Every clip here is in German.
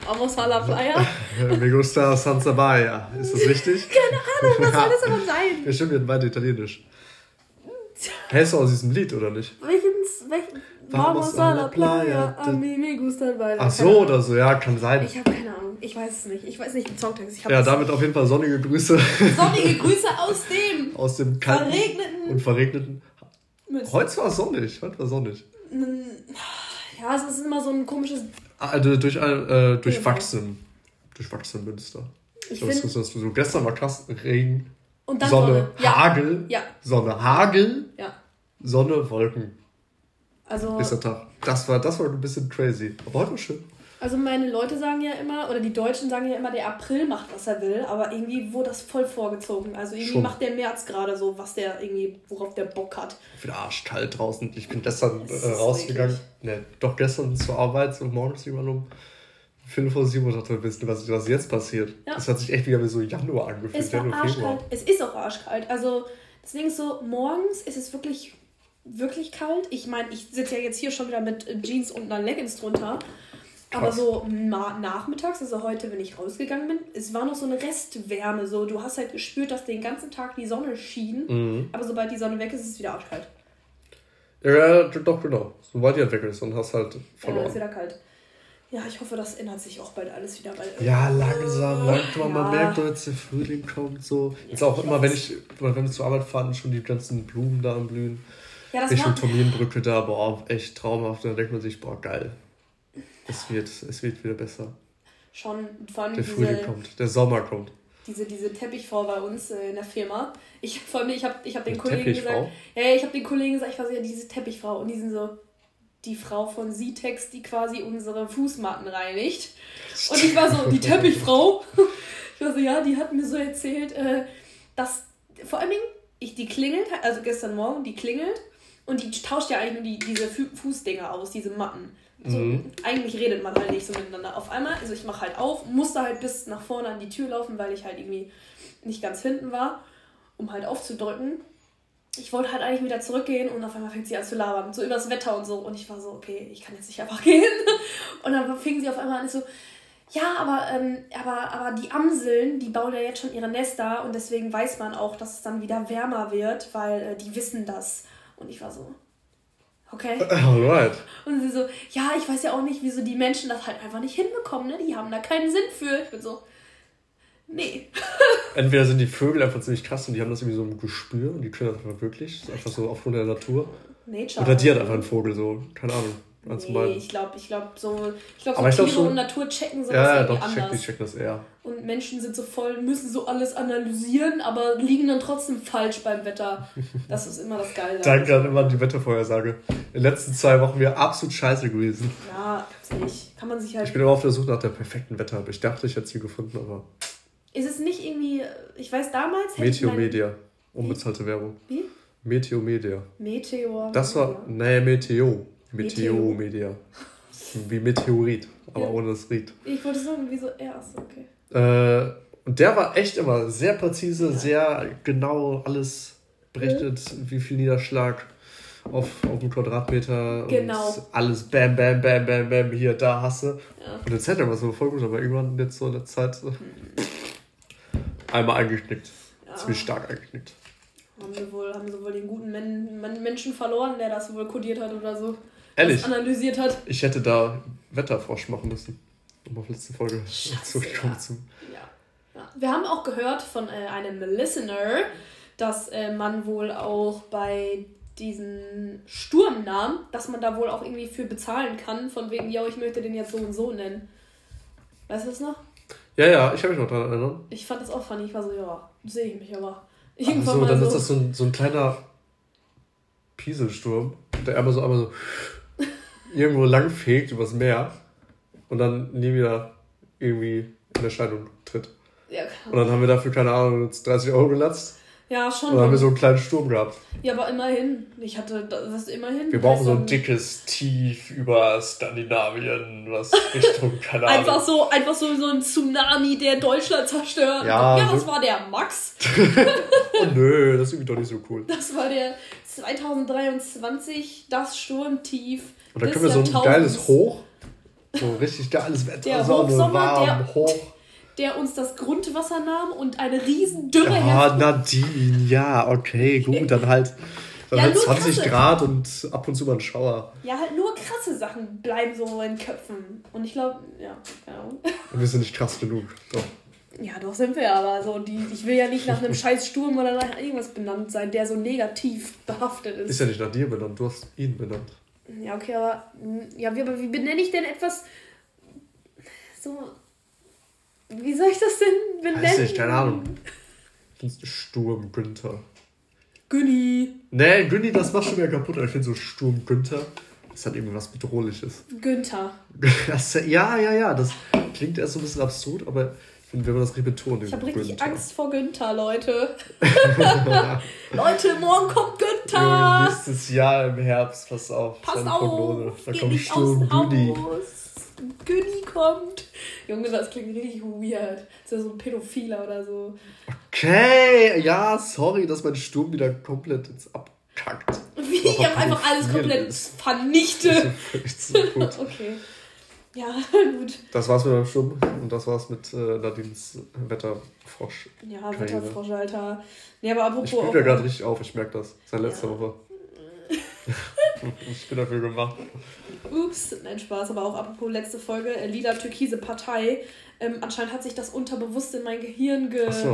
Vamos a la playa. Me gusta Sansa Baia. Ist das richtig? Keine Ahnung, was soll das aber sein? Ja, stimmt, wir hatten beide Italienisch. Hältst du aus diesem Lied, oder nicht? Welchen? Vamos a la playa, a mí me gusta el baile. Ach so, oder so, ja, kann sein. Ich habe keine Ahnung, ich weiß es nicht. Ich weiß nicht den Songtext. Ja, damit auf jeden Fall sonnige Grüße. Sonnige Grüße aus dem kalten verregneten und verregneten. Münster. Heute war sonnig. Ja, es ist immer so ein komisches... Durchwachsen Münster. So gestern war krass Regen, und dann Sonne, Hagel, ja. Sonne, Hagel, ja. Sonne, Wolken. Also... Nächster Tag. Das war ein bisschen crazy. Aber heute war schön. Also meine Leute sagen ja immer, oder die Deutschen sagen ja immer, der April macht, was er will, aber irgendwie wurde das voll vorgezogen. Also irgendwie macht der März gerade so, worauf der Bock hat. Wieder arschkalt draußen. Ich bin gestern rausgegangen. Gestern zur Arbeit, so morgens irgendwann um 5:07 Uhr dachte, wissen, was jetzt passiert. Ja. Das hat sich echt wieder wie so Januar angefühlt. Es war arschkalt. Es ist auch arschkalt. Also deswegen ist so, morgens ist es wirklich, wirklich kalt. Ich meine, ich sitze ja jetzt hier schon wieder mit Jeans und einer Leggings drunter. Krass. Aber so nachmittags, also heute, wenn ich rausgegangen bin, es war noch so eine Restwärme. So, du hast halt gespürt, dass den ganzen Tag die Sonne schien. Aber sobald die Sonne weg ist, ist es wieder arschkalt. Ja, doch, genau. Sobald die halt weg ist und hast halt verloren. Ja, ist wieder kalt. Ja, ich hoffe, das ändert sich auch bald alles wieder. Ja, langsam. Man merkt, jetzt der Frühling kommt so. Jetzt auch immer, wenn wir zur Arbeit fahren, schon die ganzen Blumen da am Blühen. Ja, das Richtung Tomienbrücke da, boah, echt traumhaft. Da denkt man sich, boah, geil. Es wird wieder besser. Schon, vor allem der Frühling kommt, der Sommer kommt. Diese Teppichfrau bei uns in der Firma. Ich hab den Kollegen gesagt, ich habe den Kollegen gesagt, ich war so, ja, diese Teppichfrau. Und die sind so, die Frau von Sitex, die quasi unsere Fußmatten reinigt. Und ich war so, die Teppichfrau? Ich war so, ja, die hat mir so erzählt, dass, vor allen Dingen, die klingelt, also gestern Morgen, die klingelt und die tauscht ja eigentlich nur diese Fußdinger aus, diese Matten. So, eigentlich redet man halt nicht so miteinander. Auf einmal, also ich mache halt auf, musste halt bis nach vorne an die Tür laufen, weil ich halt irgendwie nicht ganz hinten war, um halt aufzudrücken. Ich wollte halt eigentlich wieder zurückgehen und auf einmal fängt sie an zu labern, so übers Wetter und so. Und ich war so, okay, ich kann jetzt nicht einfach gehen. Und dann fing sie auf einmal an, so, ja, aber die Amseln, die bauen ja jetzt schon ihre Nester und deswegen weiß man auch, dass es dann wieder wärmer wird, weil die wissen das. Und ich war so... Okay. Alright. Und sie so, ja, ich weiß ja auch nicht, wieso die Menschen das halt einfach nicht hinbekommen, ne? Die haben da keinen Sinn für. Ich bin so, nee. Entweder sind die Vögel einfach ziemlich krass und die haben das irgendwie so ein Gespür und die können das einfach wirklich. Das ist einfach so aufgrund der Natur. Nature. Oder die hat einfach einen Vogel so, keine Ahnung. Nee, ich glaube so Tiere und Natur checken sowas irgendwie anders. Die checken das eher. Und Menschen sind so voll, müssen so alles analysieren, aber liegen dann trotzdem falsch beim Wetter. Das ist immer das Geile. Danke an immer die Wettervorhersage. In den letzten 2 Wochen wäre absolut scheiße gewesen. Ja, nicht. Kann man sich halt... Ich bin immer auf der Suche nach der perfekten Wetter, aber ich dachte, ich hätte sie gefunden, aber... Ist es nicht irgendwie... Ich weiß, damals... Meteomedia. Unbezahlte Werbung. Wie? Meteomedia. Meteor. Das war... Nee, Meteomedia. Wie Meteorit, aber ohne das Ried. Ich wollte sagen, wieso erst, okay. Und der war echt immer sehr präzise, sehr genau alles berechnet, wie viel Niederschlag auf dem Quadratmeter. Genau. Und alles bam, bam, bam, bam, bam, hier, da hast du. Ja. Und der Zeit war so voll gut, aber irgendwann jetzt so in der Zeit einmal eingeknickt. Ja. Ziemlich stark eingeknickt. Haben sie wohl den guten Menschen verloren, der das wohl kodiert hat oder so. Ehrlich? Das analysiert hat. Ich hätte da Wetterfrosch machen müssen. Um auf letzte Folge zurückkommen zu. Ja. Wir haben auch gehört von einem Listener, dass man wohl auch bei diesen Sturmnamen, dass man da wohl auch irgendwie für bezahlen kann, von wegen, ja, ich möchte den jetzt so und so nennen. Weißt du das noch? Ja, ich habe mich noch dran erinnert. Ich fand das auch funny. Ich war so, ja, sehe ich mich aber. Irgendwann so, dann ist das so ein kleiner Pieselsturm, der einmal so irgendwo lang fegt übers Meer und dann nie wieder irgendwie in Erscheinung tritt. Ja, und dann haben wir dafür, keine Ahnung, 30 Euro gelatzt. Ja, schon. Und dann haben wir so einen kleinen Sturm gehabt. Ja, aber immerhin. Ich hatte das immerhin. Wir brauchen so ein dickes Tief über Skandinavien, was Richtung, keine Ahnung. Einfach so ein Tsunami, der Deutschland zerstört. Ja, das war der Max. Oh nö, das ist irgendwie doch nicht so cool. Das war der 2023, das Sturmtief. Und dann können wir so ein geiles Hoch So richtig geiles Wetter. Der Sonne, Hochsommer, warm, hoch. Der uns das Grundwasser nahm und eine riesen Dürre Nadine, ja, okay, gut, dann halt 20 Grad und ab und zu mal ein Schauer. Ja, halt nur krasse Sachen bleiben so in Köpfen. Und ich glaube, ja, keine Ahnung. Und wir sind nicht krass genug, doch. Ja, doch sind wir, aber so ich will ja nicht nach einem scheiß Sturm oder nach irgendwas benannt sein, der so negativ behaftet ist. Ist ja nicht nach dir benannt, du hast ihn benannt. Ja, okay, aber wie benenne ich denn etwas so... Wie soll ich das denn benennen? Weiß nicht, keine Ahnung. Sturm Günther. Günni. Nee, Günni, das macht schon wieder kaputt. Ich finde so Sturm Günther, das hat irgendwie was Bedrohliches. Günther. Ja, das klingt erst so ein bisschen absurd, aber ich finde, wenn man das richtig betont. Ich habe richtig Angst vor Günther, Leute. Leute, morgen kommt Günther. Nächstes Jahr im Herbst, pass auf. Pass auf, da kommt Sturm Günni. Günni kommt. Junge, das klingt richtig weird. Das ist ja so ein Pädophiler oder so. Okay, ja, sorry, dass mein Sturm wieder komplett jetzt abkackt. Wie? Ich habe einfach alles komplett vernichtet. So gut. Okay. Ja, gut. Das war's mit meinem Sturm und das war's mit Nadines Wetterfrosch. Ja, Wetterfrosch, Alter. Nee, aber apropos. Ich blühe ja gerade richtig auf, ich merke das. Seit letzter Woche. Ich bin dafür gemacht. Ups, nein, Spaß, aber auch apropos letzte Folge, lila-türkise Partei. Anscheinend hat sich das unterbewusst in mein Gehirn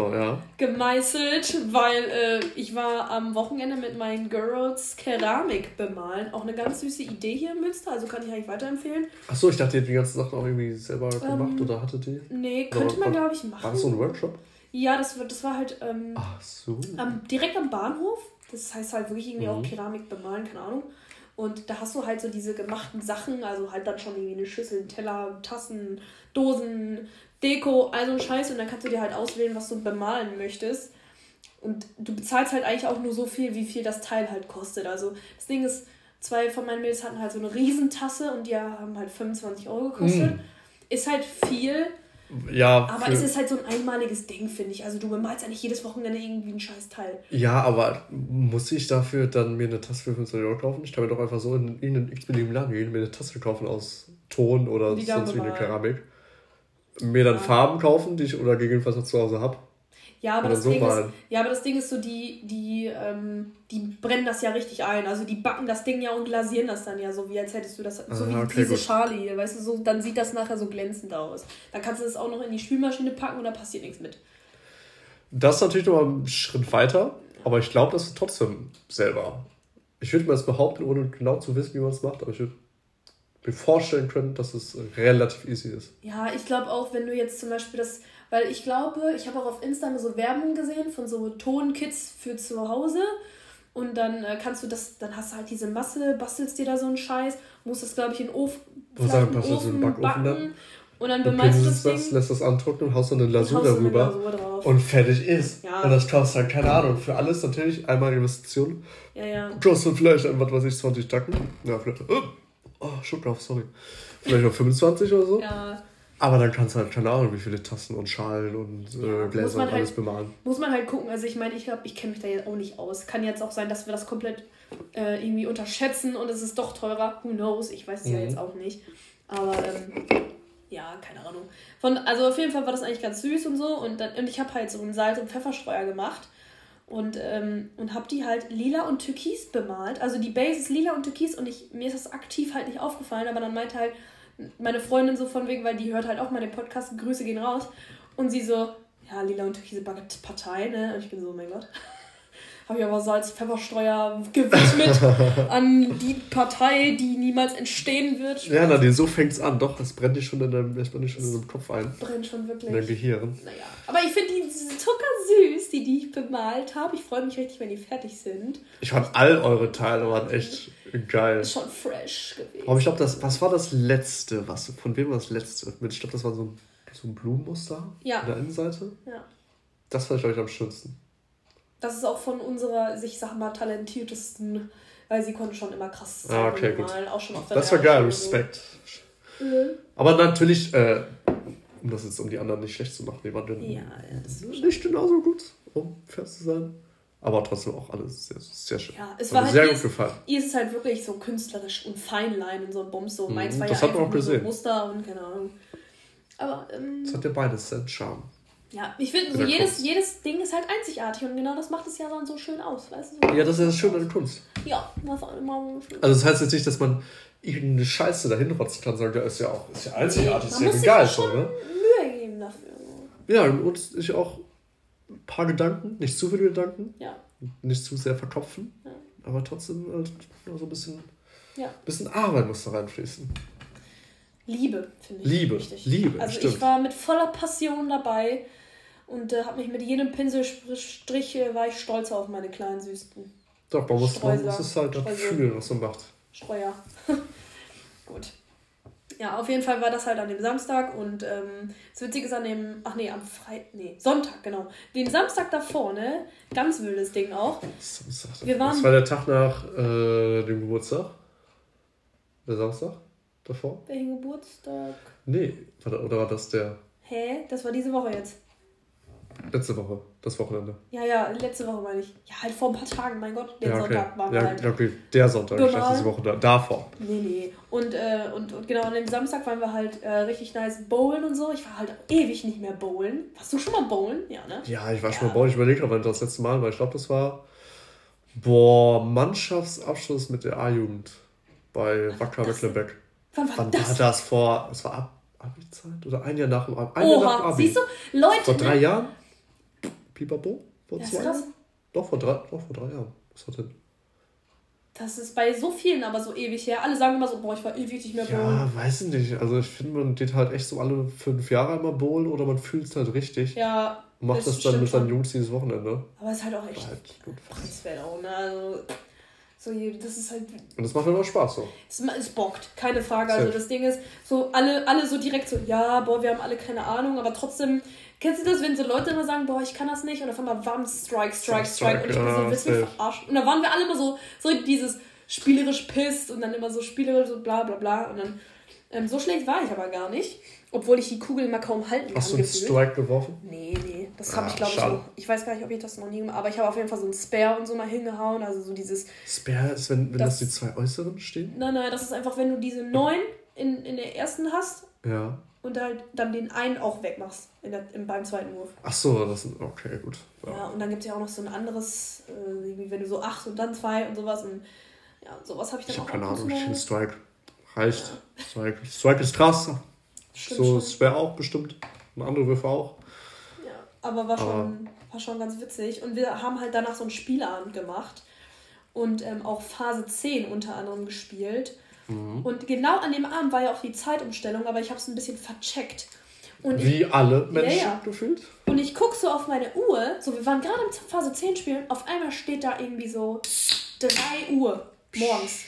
gemeißelt, weil ich war am Wochenende mit meinen Girls Keramik bemalen. Auch eine ganz süße Idee hier in Münster, also kann ich eigentlich weiterempfehlen. Achso, ich dachte, ihr habt die ganzen Sachen auch irgendwie selber gemacht oder hattet ihr? Nee, könnte man glaube ich machen. War das so ein Workshop? Ja, das war halt ach so. Direkt am Bahnhof. Das heißt halt wirklich irgendwie auch Keramik bemalen, keine Ahnung. Und da hast du halt so diese gemachten Sachen, also halt dann schon irgendwie eine Schüssel, einen Teller, Tassen, Dosen, Deko, all so ein Scheiß. Und dann kannst du dir halt auswählen, was du bemalen möchtest. Und du bezahlst halt eigentlich auch nur so viel, wie viel das Teil halt kostet. Also das Ding ist, 2 von meinen Mädels hatten halt so eine Riesentasse und die haben halt 25 € gekostet. Ist halt viel. Ja, aber es ist halt so ein einmaliges Ding, finde ich. Also du bemalst eigentlich jedes Wochenende irgendwie ein scheiß Teil. Ja, aber muss ich dafür dann mir eine Tasse für 15 € kaufen? Ich kann mir doch einfach so in irgendeinen x-beliebigen Laden gehen, mir eine Tasse kaufen aus Ton oder sonst wie eine Keramik. Mir dann Farben kaufen, die ich oder gegebenenfalls noch zu Hause habe. Ja, aber das Ding ist so, die brennen das ja richtig ein. Also die backen das Ding ja und glasieren das dann ja so, wie als hättest du das, so wie diese Charlie, weißt du, so, dann sieht das nachher so glänzend aus. Dann kannst du das auch noch in die Spülmaschine packen und da passiert nichts mit. Das ist natürlich noch mal einen Schritt weiter, aber ich glaube, das ist trotzdem selber. Ich würde mir das behaupten, ohne genau zu wissen, wie man es macht, aber ich würde mir vorstellen können, dass es relativ easy ist. Ja, ich glaube auch, wenn du jetzt zum Beispiel weil ich glaube, ich habe auch auf Insta so Werbung gesehen von so Tonkits für zu Hause und dann kannst du das, dann hast du halt diese Masse, bastelst dir da so einen Scheiß, musst das glaube ich in den Ofen backen und dann bemalst du das Ding. Lässt das antrocknen, haust dann eine Lasur darüber und fertig ist. Ja. Und das kostet halt, keine Ahnung, für alles natürlich einmal Investition. Ja. Kostet vielleicht, was weiß ich, 20 Tacken. Ja, vielleicht, Schuck drauf, sorry. Vielleicht noch 25 oder so. Ja. Aber dann kannst du halt, keine Ahnung, wie viele Tassen und Schalen und Gläser und alles bemalen. Muss man halt gucken. Also ich meine, ich glaube, ich kenne mich da jetzt auch nicht aus. Kann jetzt auch sein, dass wir das komplett irgendwie unterschätzen und es ist doch teurer. Who knows? Ich weiß es ja jetzt auch nicht. Aber ja, keine Ahnung. Also auf jeden Fall war das eigentlich ganz süß und so. Und ich habe halt so einen Salz- und Pfefferstreuer gemacht. Und habe die halt lila und türkis bemalt. Also die Base ist lila und türkis und mir ist das aktiv halt nicht aufgefallen. Aber dann meinte halt meine Freundin so von wegen, weil die hört halt auch mal den Podcast, Grüße gehen raus. Und sie so, ja, lila und türkise Partei, ne? Und ich bin so, oh mein Gott. Habe ich aber Salz, Pfefferstreuer gewidmet an die Partei, die niemals entstehen wird. Ja, Nadine, so fängt's an. Doch, das brennt dich schon in deinem Kopf ein. Brennt schon wirklich. In deinem Gehirn. Naja, aber ich finde die zuckersüß, die ich bemalt habe. Ich freue mich richtig, wenn die fertig sind. Ich fand all eure Teile waren echt geil. Ist schon fresh gewesen. Aber ich glaube, was war das Letzte? Von wem war das Letzte? Ich glaube, das war so ein Blumenmuster an der Innenseite. Ja. Das fand ich, glaube ich, am schönsten. Das ist auch von unserer, ich sag mal, talentiertesten, weil sie konnte schon immer krass malen. Gut. Auch schon auf der das war geil, Respekt. So. Aber natürlich, um die anderen nicht schlecht zu machen, die waren nicht genauso gut, um fair zu sein. Aber trotzdem auch alles sehr, sehr schön. Ja, es war halt sehr gut gefallen. Ihr ist es halt wirklich so künstlerisch und Feinlein und so ein Bums. So. Meins war ja einfach nur so Muster und keine Ahnung. Aber, das hat ja beides seinen Charme. Ja, ich finde, so jedes Ding ist halt einzigartig und genau das macht es ja dann so schön aus, weißt du? Ja, das ist das Schöne an der Kunst. Ja, was auch immer schön. Also das heißt jetzt nicht, dass man irgendeine Scheiße dahin rotzen kann, sondern ist ja einzigartig, ist ja egal so, ne? Mühe geben dafür. Ja, und ich auch ein paar Gedanken, nicht zu viele Gedanken, nicht zu sehr verkopfen, aber trotzdem so ein bisschen Arbeit muss da reinfließen. Liebe, finde ich wichtig. Also stimmt. Ich war mit voller Passion dabei und habe mich mit jedem Pinselstrich, war ich stolz auf meine kleinen Süßen. Doch, man muss es halt fühlen, was man macht. Streuer. Gut. Ja, auf jeden Fall war das halt an dem Samstag und das Witzige ist Sonntag, genau. Den Samstag davor, ne? Ganz wildes Ding auch. Das war der Tag nach dem Geburtstag? Der Samstag davor? Welchen Geburtstag? Nee, oder war das der? Hä? Das war diese Woche jetzt. Letzte Woche, das Wochenende. Ja, letzte Woche meine ich. Ja, halt vor ein paar Tagen, mein Gott. Den Sonntag war halt. Ja, okay, der Sonntag, ich dachte diese Woche davor. Nee. Und genau, an dem Samstag waren wir halt richtig nice bowlen und so. Ich war halt ewig nicht mehr bowlen. Warst du schon mal bowlen? Ja, ne? Ja, ich war schon mal bowlen. Ich überlege gerade, wann das letzte Mal war. Ich glaube, das war Mannschaftsabschluss mit der A-Jugend bei Wacker Mecklenbeck. Wann war das? Es war Abi-Zeit? Oder ein Jahr nach dem Abi? Oha, siehst du? Leute, vor 3 Jahren? Pipapo? Vor 2 Jahren? Doch, vor 3 Jahren. Was hat denn? Das ist bei so vielen aber so ewig her. Alle sagen immer so, ich war ewig nicht mehr bowlen. Ja, weiß ich nicht. Also ich finde, man geht halt echt so alle 5 Jahre einmal bowlen oder man fühlt es halt richtig. Ja. Und macht das dann mit seinen Jungs dieses Wochenende. Aber es ist halt auch echt preiswert auch, ne? Also, so, das ist halt... Und das macht immer Spaß so. Es bockt, keine Frage. Also das Ding ist, so alle so direkt so, wir haben alle keine Ahnung, aber trotzdem... Kennst du das, wenn so Leute immer sagen, ich kann das nicht und auf einmal warm Strike und ich bin so, willst du mich verarschen? Und da waren wir alle immer so dieses spielerisch pisst und dann immer so spielerisch so bla bla bla und dann so schlecht war ich aber gar nicht, obwohl ich die Kugel immer kaum halten kann. Hast du einen Strike geworfen? Nee, das habe ich glaube ich noch, ich weiß gar nicht, ob ich das noch nie gemacht habe, aber ich habe auf jeden Fall so einen Spare und so mal hingehauen, also so dieses... Spare ist, wenn das die 2 äußeren stehen? Nein, das ist einfach, wenn du diese 9 in der ersten hast. Ja. Und halt dann den einen auch wegmachst beim zweiten Wurf. Ach so, das ist okay, gut. Ja, und dann gibt es ja auch noch so ein anderes, wenn du so 8 und dann 2 und sowas. Und ja, sowas habe ich dann auch. Ich habe keine Ahnung, ich finde Strike reicht. Ja. Strike ist krass. Stimmt so, es wäre auch bestimmt. Und andere Würfe auch. Ja, aber war schon ganz witzig. Und wir haben halt danach so einen Spielabend gemacht. Und auch Phase 10 unter anderem gespielt. Und genau an dem Abend war ja auch die Zeitumstellung, aber ich habe es ein bisschen vercheckt. Und wie alle Menschen gefühlt. Und ich gucke so auf meine Uhr, so wir waren gerade im Phase 10 spielen, auf einmal steht da irgendwie so 3 Uhr morgens.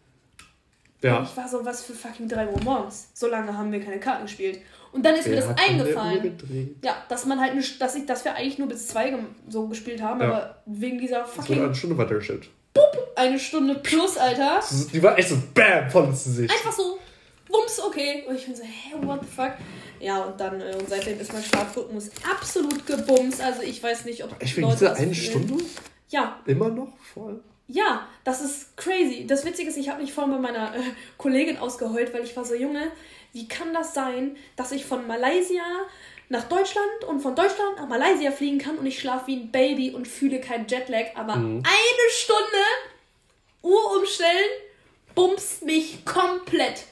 Ja. Und ich war so, was für fucking 3 Uhr morgens? So lange haben wir keine Karten gespielt. Und dann ist mir das eingefallen, dass man halt dass wir eigentlich nur bis 2 so gespielt haben, aber wegen dieser fucking... Es wurde eine Stunde weitergestellt. Eine Stunde plus, Alter. Die war echt so BAM voll ins Gesicht. Einfach so, wumms, okay. Und ich bin so, what the fuck? Ja, und dann, und seitdem ist mein Schlafrhythmus absolut gebumst. Also ich weiß nicht, ob ich finde diese eine Stunde? Ja. Immer noch voll? Ja, das ist crazy. Das Witzige ist, ich habe mich vorhin bei meiner Kollegin ausgeheult, weil ich war so, Junge, wie kann das sein, dass ich von Malaysia nach Deutschland und von Deutschland nach Malaysia fliegen kann und ich schlafe wie ein Baby und fühle keinen Jetlag, aber eine Stunde Uhr umstellen, bumst mich komplett.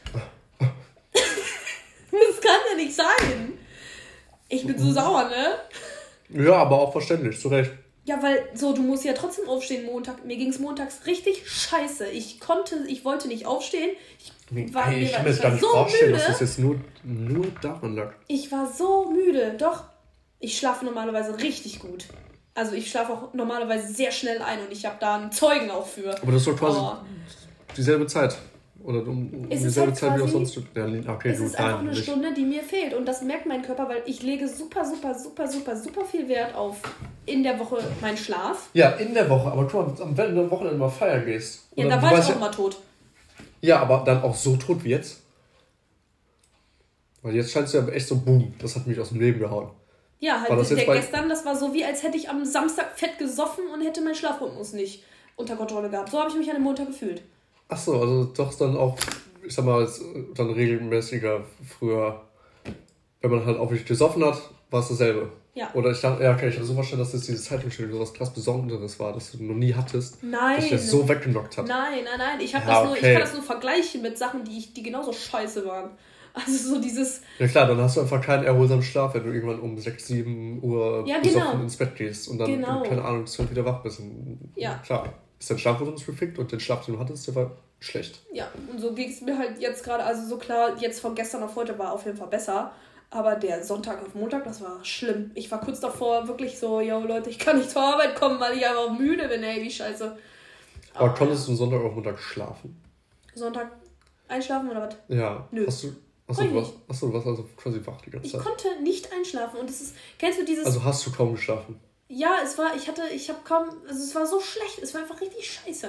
Das kann ja nicht sein. Ich bin so sauer, ne? Ja, aber auch verständlich, zu Recht. Ja, weil so, du musst ja trotzdem aufstehen Montag. Mir ging es montags richtig scheiße. Ich wollte nicht aufstehen. Ich kann mir das gar nicht vorstellen, dass das jetzt nur daran lag. Ich war so müde. Doch, ich schlafe normalerweise richtig gut. Also ich schlafe auch normalerweise sehr schnell ein und ich habe da einen Zeugen auch für. Aber das ist doch quasi dieselbe Zeit. Oder um dieselbe Zeit wie auch sonst. Ja, okay, es ist einfach eine Stunde, die mir fehlt. Und das merkt mein Körper, weil ich lege super viel Wert auf in der Woche meinen Schlaf. Ja, in der Woche. Aber guck mal, wenn du am Wochenende mal feiern gehst. Ja, da war ich auch mal tot. Ja, aber dann auch so tot wie jetzt. Weil jetzt scheint es ja echt so, boom, das hat mich aus dem Leben gehauen. Ja, halt gestern, das war so wie, als hätte ich am Samstag fett gesoffen und hätte meinen Schlafrhythmus nicht unter Kontrolle gehabt. So habe ich mich an dem Montag gefühlt. Ach so, also doch dann auch, ich sag mal, dann regelmäßiger früher, wenn man halt auch wirklich gesoffen hat, war es dasselbe. Ja. Oder ich dachte, ja, okay, ich habe so verstanden, dass das diese Zeitungsstelle so was krass Besonderes war, dass du noch nie hattest. Nein. Dass dich das so weggenockt hat. Nein. Ich kann das nur vergleichen mit Sachen, die genauso scheiße waren. Also so dieses... Ja klar, dann hast du einfach keinen erholsamen Schlaf, wenn du irgendwann um 6, 7 Uhr besoffen ins Bett gehst und dann, keine Ahnung, 12 wieder wach bist. Und, klar, ist dein Schlafrhythmus gefickt und den Schlaf, den du hattest, der war schlecht. Ja, und so ging es mir halt jetzt gerade, also so klar, jetzt von gestern auf heute war auf jeden Fall besser. Aber der Sonntag auf Montag, das war schlimm. Ich war kurz davor wirklich so, yo Leute, ich kann nicht zur Arbeit kommen, weil ich einfach müde bin, ey, wie scheiße. Aber konntest du Sonntag auf Montag schlafen? Sonntag einschlafen oder was? Ja. Nö. Du warst also quasi wach die ganze Zeit? Ich konnte nicht einschlafen und es ist, kennst du dieses... Also hast du kaum geschlafen? Ja, es war so schlecht, es war einfach richtig scheiße.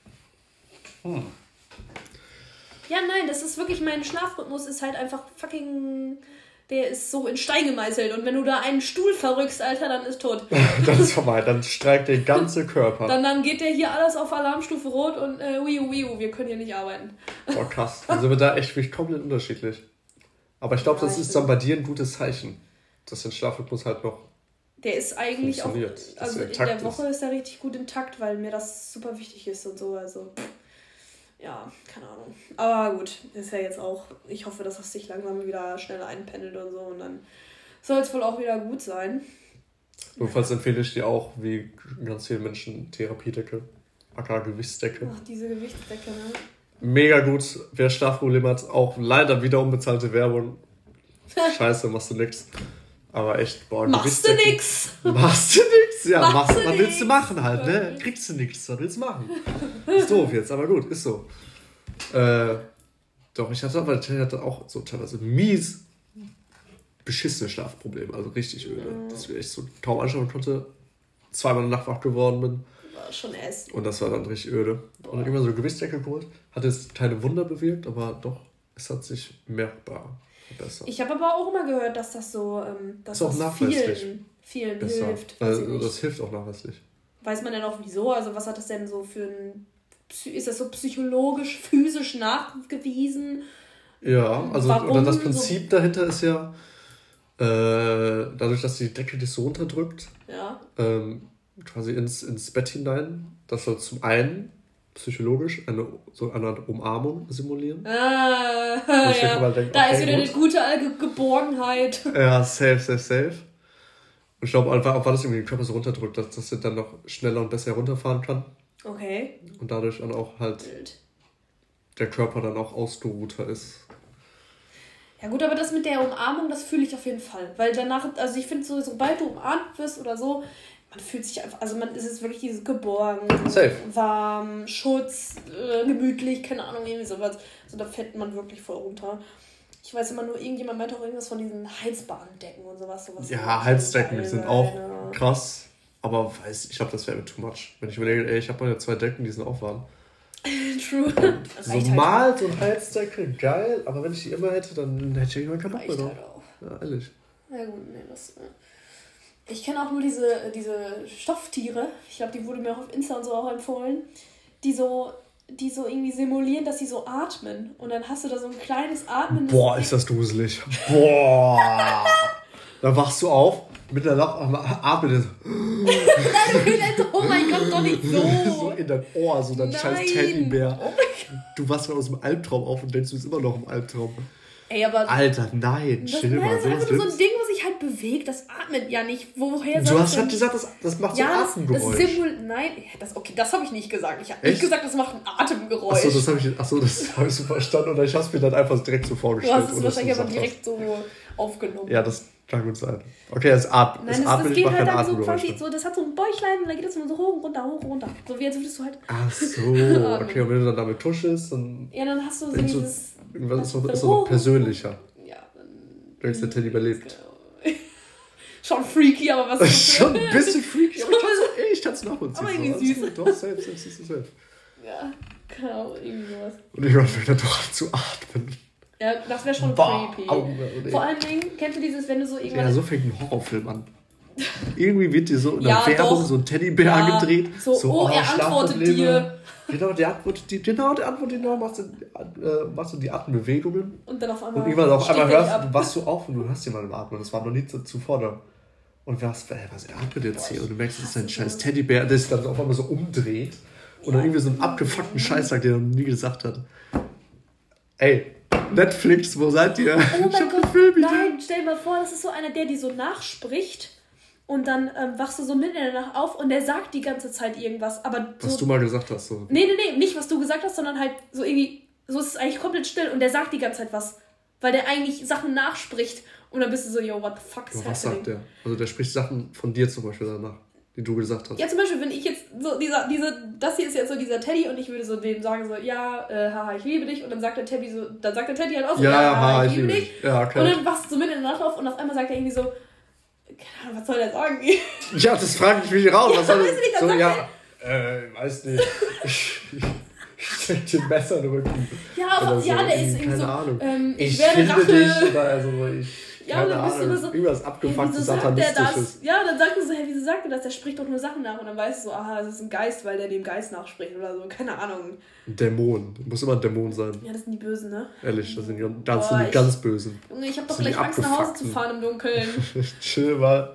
Ja, nein, das ist wirklich, mein Schlafrhythmus ist halt einfach fucking... Der ist so in Stein gemeißelt. Und wenn du da einen Stuhl verrückst, Alter, dann ist tot. Das ist vorbei. Dann streikt der ganze Körper. Dann geht der hier alles auf Alarmstufe Rot und wir können hier nicht arbeiten. Boah, krass. Dann sind wir da echt wirklich komplett unterschiedlich. Aber ich glaube, das ist dann bei dir ein gutes Zeichen. Dass dein Schlafrhythmus halt noch der ist eigentlich auch... Also in der Woche ist er richtig gut intakt, weil mir das super wichtig ist und so. Also... Ja, keine Ahnung. Aber gut, ist ja jetzt auch... Ich hoffe, dass das sich langsam wieder schneller einpendelt und so. Und dann soll es wohl auch wieder gut sein. Jedenfalls empfehle ich dir auch, wie ganz viele Menschen, Therapiedecke, aka Gewichtsdecke. Ach, diese Gewichtsdecke, ne? Mega gut. Wer Schlafprobleme hat, auch leider wieder unbezahlte Werbung. Scheiße, machst du nix. Aber echt, boah, machst du nix? Machst du nix? Ja, was willst du machen halt, ne? Kriegst du nix, was willst du machen? Ist doof jetzt, aber gut, ist so. Doch, ich hatte auch so teilweise mies beschissene Schlafprobleme, also richtig öde. Dass ich echt so kaum anschauen konnte, zweimal in der Nacht wach geworden bin. War schon Essen. Und das war dann richtig öde. Boah. Und dann immer so Gewichtsdecke geholt. Hat jetzt keine Wunder bewirkt, aber doch, es hat sich merkbar verbessert. Ich habe aber auch immer gehört, dass das so, dass das vielen hilft. Also das hilft auch nachweislich. Weiß man denn auch wieso? Also was hat das denn so für ein... Ist das so psychologisch, physisch nachgewiesen? Ja, also das Prinzip dahinter ist ja, dadurch, dass die Decke dich so runterdrückt, quasi ins Bett hinein, das soll zum einen psychologisch eine Umarmung simulieren. Ja. Denke, da ist wieder eine gute Geborgenheit. Ja, safe. Und ich glaube einfach, weil das irgendwie den Körper so runterdrückt, dass das dann noch schneller und besser runterfahren kann. Okay. Und dadurch dann auch halt der Körper dann auch ausgeruhter ist. Ja gut, aber das mit der Umarmung, das fühle ich auf jeden Fall. Weil danach, also ich finde so, sobald du umarmt wirst oder so, man fühlt sich einfach, also man ist jetzt wirklich dieses geborgen, warm, Schutz, gemütlich, keine Ahnung, irgendwie sowas. So, da fällt man wirklich voll runter. Ich weiß immer nur, irgendjemand meinte auch irgendwas von diesen Heizbahndecken und sowas. Ja, Heizdecken, die sind auch krass. Aber ich glaube, das wäre mir too much. Wenn ich überlege, ich habe mal 2 Decken, die sind auch warm. True. So mal so ein Heizdecke, geil. Aber wenn ich die immer hätte, dann hätte ich irgendwann keinen Bock mehr drauf. Ja, ehrlich. Ja gut, nee, das... Ich kenne auch nur diese Stofftiere. Ich glaube, die wurde mir auch auf Insta und so auch empfohlen. Die so irgendwie simulieren, dass sie so atmen. Und dann hast du da so ein kleines Atmen. Boah, ist das gruselig. Boah. Dann wachst du auf, mit der atmet oh mein Gott, doch nicht so. So in dein Ohr, so dein scheiß Teddybär. Oh mein Gott. Du wachst mal aus dem Albtraum auf und denkst, du bist immer noch im Albtraum. Ey, aber... Alter, nein, chill mal. Das ist einfach nur so ein Ding, was sich halt bewegt. Das atmet ja nicht. Woher soll du hast halt gesagt, das macht so ein Atemgeräusch. Nein, das habe ich nicht gesagt. Ich habe nicht gesagt, das macht ein Atemgeräusch. Das habe ich so verstanden. Oder ich habe es mir dann einfach direkt so vorgestellt. Du hast es wahrscheinlich aber direkt so aufgenommen. Ja, das kann gut sein. Okay, das atmet. Das geht halt dann so quasi so, das hat so ein Bäuchlein und dann geht das immer so hoch und runter. So wie als würdest du halt... Ach so, okay. Und wenn du dann damit tuschelst, dann... Ja, dann hast du so dieses... Das ist noch persönlicher. Ja, dann... Wenn es der Teddy überlebt. Schon freaky, aber was... Ist schon ein bisschen freaky, aber ich kann es nachvollziehen. Aber irgendwie süß. Doch, safe. Ja, genau, irgendwie sowas. Und irgendwann fängt er doch an zu atmen. Ja, das wäre schon creepy. Vor allen Dingen, kennst du dieses, wenn du so irgendwann... Ja, so fängt ein Horrorfilm an. Irgendwie wird dir so in der Werbung so ein Teddybär angedreht. So, er antwortet dir. Genau, der antwortet dir, machst du die Atembewegungen. Und dann auf einmal hörst du, wachst du auf und du hörst jemanden atmen. Das war noch nie zuvor da. Und was atmet jetzt hier? Und du merkst, das ist ein scheiß Teddybär, der sich dann auf einmal so umdreht. Und dann irgendwie so einen abgefuckten Scheiß sagt, den er noch nie gesagt hat. Ey, Netflix, wo seid ihr? Oh mein Gott, nein, stell dir mal vor, das ist so einer, der die so nachspricht. Und dann wachst du so mitten in der Nacht auf und der sagt die ganze Zeit irgendwas. Aber so, was du mal gesagt hast. So. Nee, nicht was du gesagt hast, sondern halt so irgendwie, so ist es eigentlich komplett still und der sagt die ganze Zeit was. Weil der eigentlich Sachen nachspricht und dann bist du so, yo, what the fuck is happening? Was sagt der? Also der spricht Sachen von dir zum Beispiel danach, die du gesagt hast. Ja, zum Beispiel, wenn ich jetzt so, das hier ist jetzt so dieser Teddy und ich würde so dem sagen so, ja, haha, ich liebe dich. Und dann sagt der Teddy halt auch so, ja, haha, ich liebe dich. Ja, okay. Und dann wachst du so mitten in der Nacht auf und auf einmal sagt er irgendwie so, keine Ahnung, was soll der sagen? Ja, das frage ich mich raus. Ja, was soll weiß nicht, so, weiß nicht. Ich steck dir ein Messer in den Rücken. Ja, aber, so. Der ist irgendwie so, Ahnung. Ich werde Rache. Dich oder also ja, und dann bist du immer so, irgendwas abgefucktes Satanistisches. Ja, dann sagt er so, wieso sagt er das? Der spricht doch nur Sachen nach. Und dann weißt du so, aha, das ist ein Geist, weil der dem Geist nachspricht oder so. Keine Ahnung. Ein Dämon. Muss immer ein Dämon sein. Ja, das sind die Bösen, ne? Ehrlich, das sind die ganz Bösen. Junge, ich hab doch gleich Angst, nach Hause zu fahren im Dunkeln. Chill mal.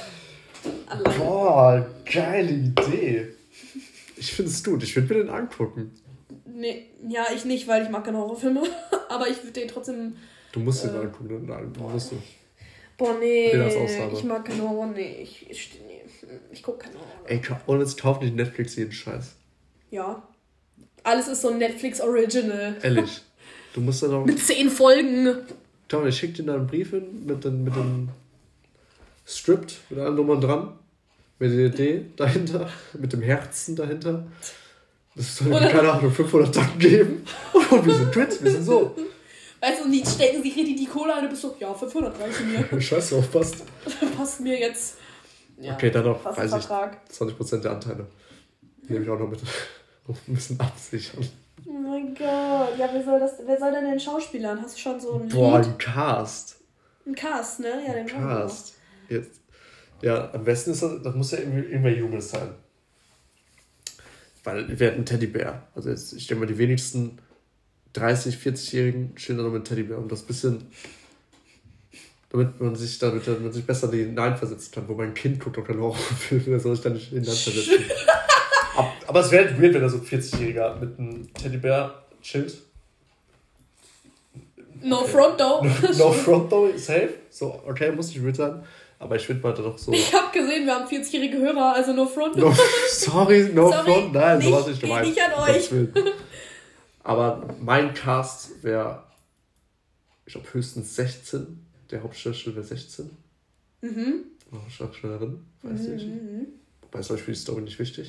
Boah, geile Idee. Ich find's gut. Ich würde mir den angucken. Nee, ja, ich nicht, weil ich mag keine Horrorfilme. Aber ich würde den trotzdem... Du musst den angucken. Nein, musst du. Boah, nee. Ich mag keine Horror. Nee, ich guck keine Horror. Ey, und jetzt kauft nicht Netflix jeden Scheiß. Ja. Alles ist so ein Netflix-Original. Ehrlich. Du musst dann auch... Mit 10 Folgen. Tom, ich schick dir da einen Brief hin mit dem Stript, mit allen Nummern dran. Mit der Idee dahinter. Mit dem Herzen dahinter. Das soll mir, keine Ahnung, 500 Tacken geben. Und wir sind Twins, wir sind so. Weißt du, und die stecken sich richtig die Cola und du bist so, ja, 500 reichen mir. Scheiße, aufpasst. Passt mir jetzt. Ja, okay, dann noch, weiß ich, 20% der Anteile. Die nehme ich auch noch mit. Ein bisschen absichern. Oh mein Gott. Ja, wer soll denn Schauspielern? Hast du schon so ein Boah, ein Cast. Ein Cast, ne? Ja, den Cast. Jetzt. Ja, am besten ist das muss ja irgendwer Junges sein. Weil wir hatten einen Teddybär. Also jetzt, ich denke mal, die wenigsten 30-, 40-Jährigen stehen da noch mit einem Teddybär. Und das bisschen, damit man sich besser hineinversetzen kann. Wo mein Kind guckt auch keinen Horrorfilm, da soll ich da nicht hineinversetzen. Aber es wäre halt weird, wenn da so ein 40-Jähriger mit einem Teddybär chillt. No front though. No front though, safe. So, okay, muss nicht weird sein. Aber ich finde mal doch so... Ich habe gesehen, wir haben 40-jährige Hörer, also no front. Sorry, front. Nein, so was nicht gemeint. Nicht an euch. Aber mein Cast wäre, ich glaube, höchstens 16. Der Hauptdarsteller wäre 16. Mhm. Schauspielerin, weiß ich. Wobei ist euch für die Story nicht wichtig.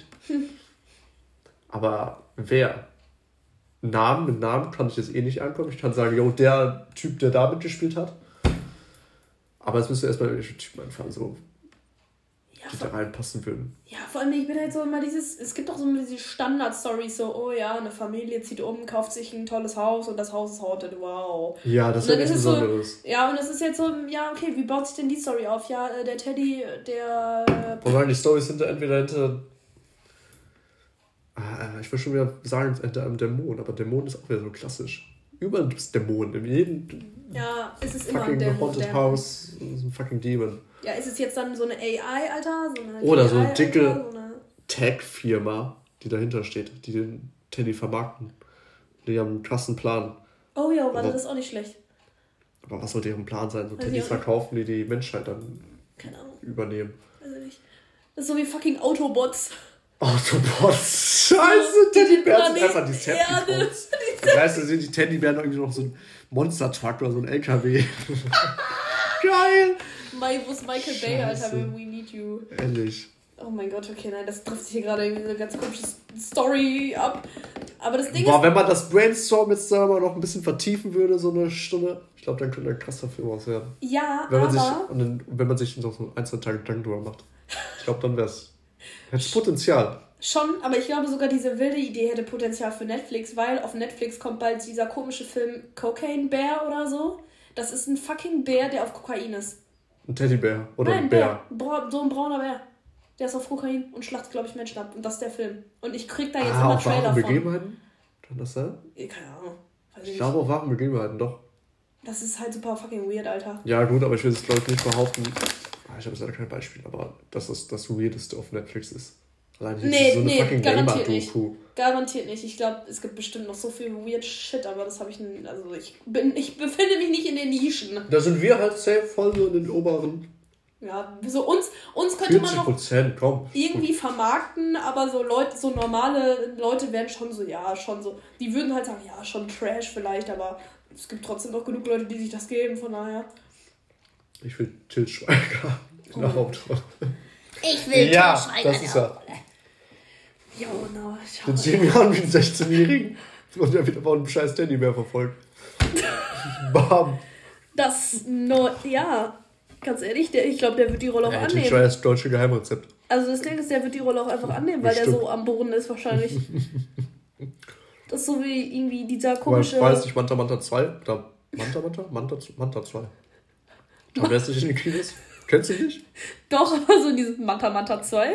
Aber wer? Mit Namen kann ich jetzt eh nicht ankommen. Ich kann sagen, yo, der Typ, der da mitgespielt hat. Aber jetzt müsst ihr erstmal welche Typen einfallen, so, die da reinpassen würden. Ja, vor allem, ich bin halt so immer es gibt doch so diese Standard-Storys, so, oh ja, eine Familie zieht um, kauft sich ein tolles Haus und das Haus ist haunted, wow. Ja, das ist ja nichts Besonderes. So, ja, und es ist jetzt so, ja, okay, wie baut sich denn die Story auf? Ja, der Teddy, der... Wobei die Storys entweder hinter... ich will schon wieder sagen, hinter einem Dämon, aber Dämon ist auch wieder so klassisch. Überall gibt es Dämonen. In jedem es ist immer ein Dämon. Haunted House ist ein fucking Demon. Ja, ist es jetzt dann so eine AI, Alter? Oder so eine dicke Tech-Firma, die dahinter steht, die den Teddy vermarkten. Die haben einen krassen Plan. Oh ja, warte, das ist auch nicht schlecht. Aber was soll deren Plan sein? So Teddys verkaufen, die Menschheit dann übernehmen. Weiß ich nicht. Das ist so wie fucking Autobots. Autobots. Scheiße, Teddybären sind einfach die Decepticons. Weißt du, sind die Teddybären irgendwie noch so ein Monster-Truck oder so ein LKW. Geil. Wo ist Michael Bay, Alter, wenn We Need You? Ehrlich. Oh mein Gott, okay, nein, das trifft sich hier gerade irgendwie eine ganz komische Story ab. Aber das Ding ist... wenn man das Brainstorm jetzt mal noch ein bisschen vertiefen würde, so eine Stunde, ich glaube, dann könnte ein krasser Film aus werden. Ja, wenn man sich noch so 1-2 Tage Gedanken drüber macht. Ich glaube, dann wär's... Hätte Potenzial. Schon, aber ich glaube sogar, diese wilde Idee hätte Potenzial für Netflix, weil auf Netflix kommt bald dieser komische Film Cocaine Bear oder so. Das ist ein fucking Bär, der auf Kokain ist. Ein Teddybär oder Nein, ein Bär? So ein brauner Bär. Der ist auf Kokain und schlachtet, glaube ich, Menschen ab. Und das ist der Film. Und ich krieg da jetzt immer Trailer von. Begebenheiten? Kann das sein? Keine Ahnung. Ich glaube auf wahren Begebenheiten, doch. Das ist halt super fucking weird, Alter. Ja gut, aber ich will es, glaube ich, nicht behaupten. Ich habe jetzt leider kein Beispiel, aber dass das das Weirdeste auf Netflix ist. Allein so eine fucking Gamer-Doku. Garantiert nicht. Ich glaube, es gibt bestimmt noch so viel weird Shit, aber das habe ich... Also ich befinde mich nicht in den Nischen. Da sind wir halt safe voll so in den oberen... Ja, so uns könnte man noch 40%, komm. irgendwie vermarkten, aber so Leute, so normale Leute wären schon so, ja, schon so... Die würden halt sagen, ja, schon Trash vielleicht, aber es gibt trotzdem noch genug Leute, die sich das geben, von daher... Ich will Til Schweiger in der Hauptrolle. Ich will Til Schweiger das ist ja. Jo, no, in 10 Jahren wie ein 16-Jährigen und der wird aber einen scheiß Teddybär verfolgt. Bam. Ja, ganz ehrlich, ich glaube, der wird die Rolle auch annehmen. Til Schweiger ist das deutsche Geheimrezept. Also das Ding ist, der wird die Rolle auch einfach annehmen, weil der so am Boden ist wahrscheinlich. Das ist so wie irgendwie dieser komische... War es nicht Manta Manta 2? Oder Manta 2. Aber wer ist nicht in den Kinos? Kennst du nicht? Doch, aber so dieses Manta 2.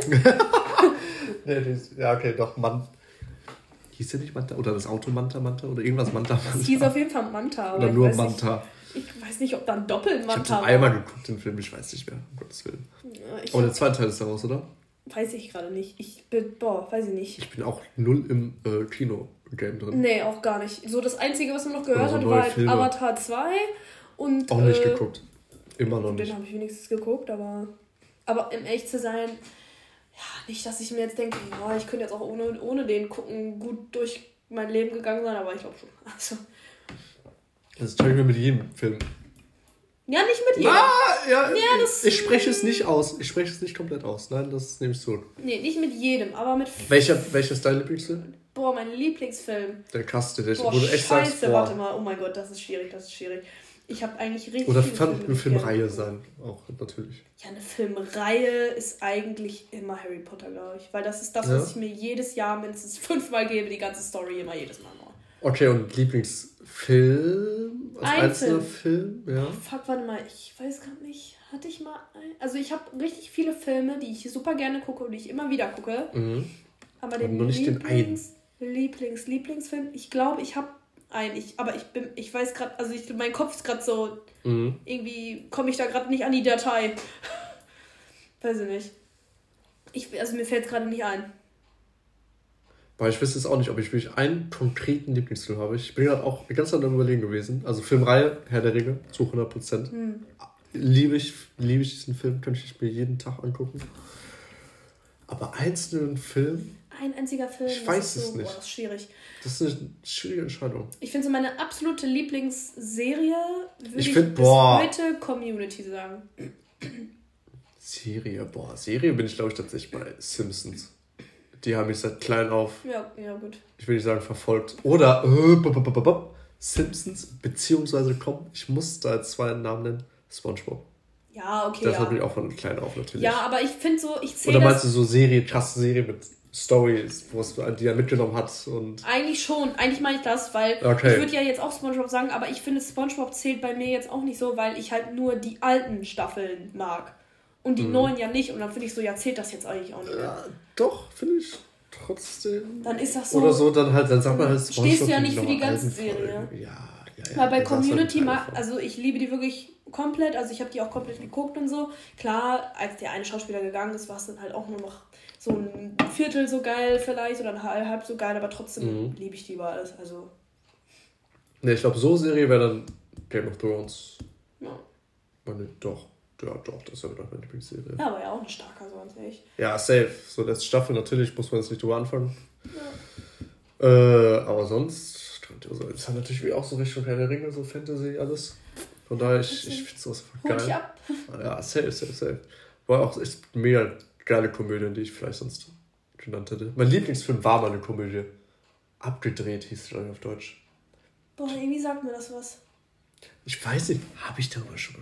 Ja, okay, doch, Mann. Hieß der nicht Manta? Oder das Auto Manta oder irgendwas Manta? Es hieß auf jeden Fall Manta. Oder nur Manta. Ich weiß nicht, ob da ein Doppel-Manta war. Ich habe einmal geguckt, den Film, ich weiß nicht mehr, um Gottes Willen. Ja, aber der zweite Teil ist daraus, oder? Weiß ich gerade nicht. Weiß ich nicht. Ich bin auch null im Kino-Game drin. Nee, auch gar nicht. So das Einzige, was man noch gehört hat, war halt Avatar 2 und... Auch nicht geguckt. Immer noch nicht. Den habe ich wenigstens geguckt, aber im echt zu sein, ja, nicht, dass ich mir jetzt denke, oh, ich könnte jetzt auch ohne den gucken, gut durch mein Leben gegangen sein, aber ich glaube schon. Also. Das zeige ich mir mit jedem Film. Ja, nicht mit jedem. Ich spreche es nicht aus. Ich spreche es nicht komplett aus. Nein, das nehme ich zurück. Nee, nicht mit jedem, aber mit... Welcher ist dein Lieblingsfilm? Boah, mein Lieblingsfilm. Der Kaste, wo du echt sagst, boah. Warte mal, oh mein Gott, das ist schwierig. Ich habe eigentlich richtig... Oder fand eine Filmreihe sein, auch natürlich. Ja, eine Filmreihe ist eigentlich immer Harry Potter, glaube ich. Weil das ist das, was ich mir jedes Jahr mindestens 5-mal gebe, die ganze Story immer jedes Mal neu. Okay, und Lieblingsfilm? Einzelner Film? Ja. Oh, fuck, warte mal, ich weiß gar nicht. Hatte ich mal Also ich habe richtig viele Filme, die ich super gerne gucke und die ich immer wieder gucke. Mhm. Aber den nur nicht den einen. Lieblingsfilm, ich glaube, ich habe einen. Ich weiß gerade, also mein Kopf ist gerade so, irgendwie komme ich da gerade nicht an die Datei. Weiß ich nicht. Also mir fällt es gerade nicht ein. Weil ich wüsste es auch nicht, ob ich wirklich einen konkreten Lieblingsfilm habe. Ich bin gerade auch die ganze Zeit am Überlegen gewesen. Also Filmreihe, Herr der Ringe, zu 100%. Liebe ich diesen Film, könnte ich mir jeden Tag angucken. Aber einzelnen Film... Ein einziger Film? Ich weiß es nicht. Boah, das ist schwierig. Das ist eine schwierige Entscheidung. Ich finde so meine absolute Lieblingsserie, würde ich bis heute Community sagen. Serie bin ich glaube ich tatsächlich bei Simpsons. Die haben mich seit klein auf, ja, gut. Ich will nicht sagen verfolgt. Oder Simpsons, beziehungsweise ich muss da jetzt 2 Namen nennen, SpongeBob. Ja, okay, das hat mich auch von klein auf natürlich. Ja, aber ich finde so, ich zähle Oder meinst du so krasse Serie mit Stories, die er mitgenommen hat? Und eigentlich schon, eigentlich meine ich das, weil ich würde ja jetzt auch SpongeBob sagen, aber ich finde SpongeBob zählt bei mir jetzt auch nicht so, weil ich halt nur die alten Staffeln mag. Und die neuen ja nicht. Und dann finde ich so, ja, zählt das jetzt eigentlich auch nicht mehr. Ja, doch, finde ich trotzdem. Dann ist das so. Oder so, dann sagt man halt SpongeBob. Stehst du ja nicht für die ganze Serie. Ja. Weil bei Community, also ich liebe die wirklich komplett. Also ich habe die auch komplett geguckt und so. Klar, als der eine Schauspieler gegangen ist, war es dann halt auch nur noch so ein Viertel so geil vielleicht. Oder ein halb so geil. Aber trotzdem liebe ich die über alles. Also. Ne, ich glaube, so Serie wäre dann Game of Thrones. Ja. Doch. Ja, doch, das wäre doch meine Lieblingsserie. Ja, aber ja auch ein starker, so ganz ehrlich. Ja, safe. So, letzte Staffel, natürlich muss man jetzt nicht drüber anfangen. Ja. Aber sonst, das hat natürlich auch so Richtung Herr der Ringe, so Fantasy, alles. Von daher, ich finde sowas geil. Hol ich ab. Ja, safe. War auch echt mega geile Komödien, die ich vielleicht sonst genannt hätte. Mein Lieblingsfilm war mal eine Komödie. Abgedreht hieß es, glaube ich, auf Deutsch. Boah, irgendwie sagt mir das was. Ich weiß nicht, habe ich darüber schon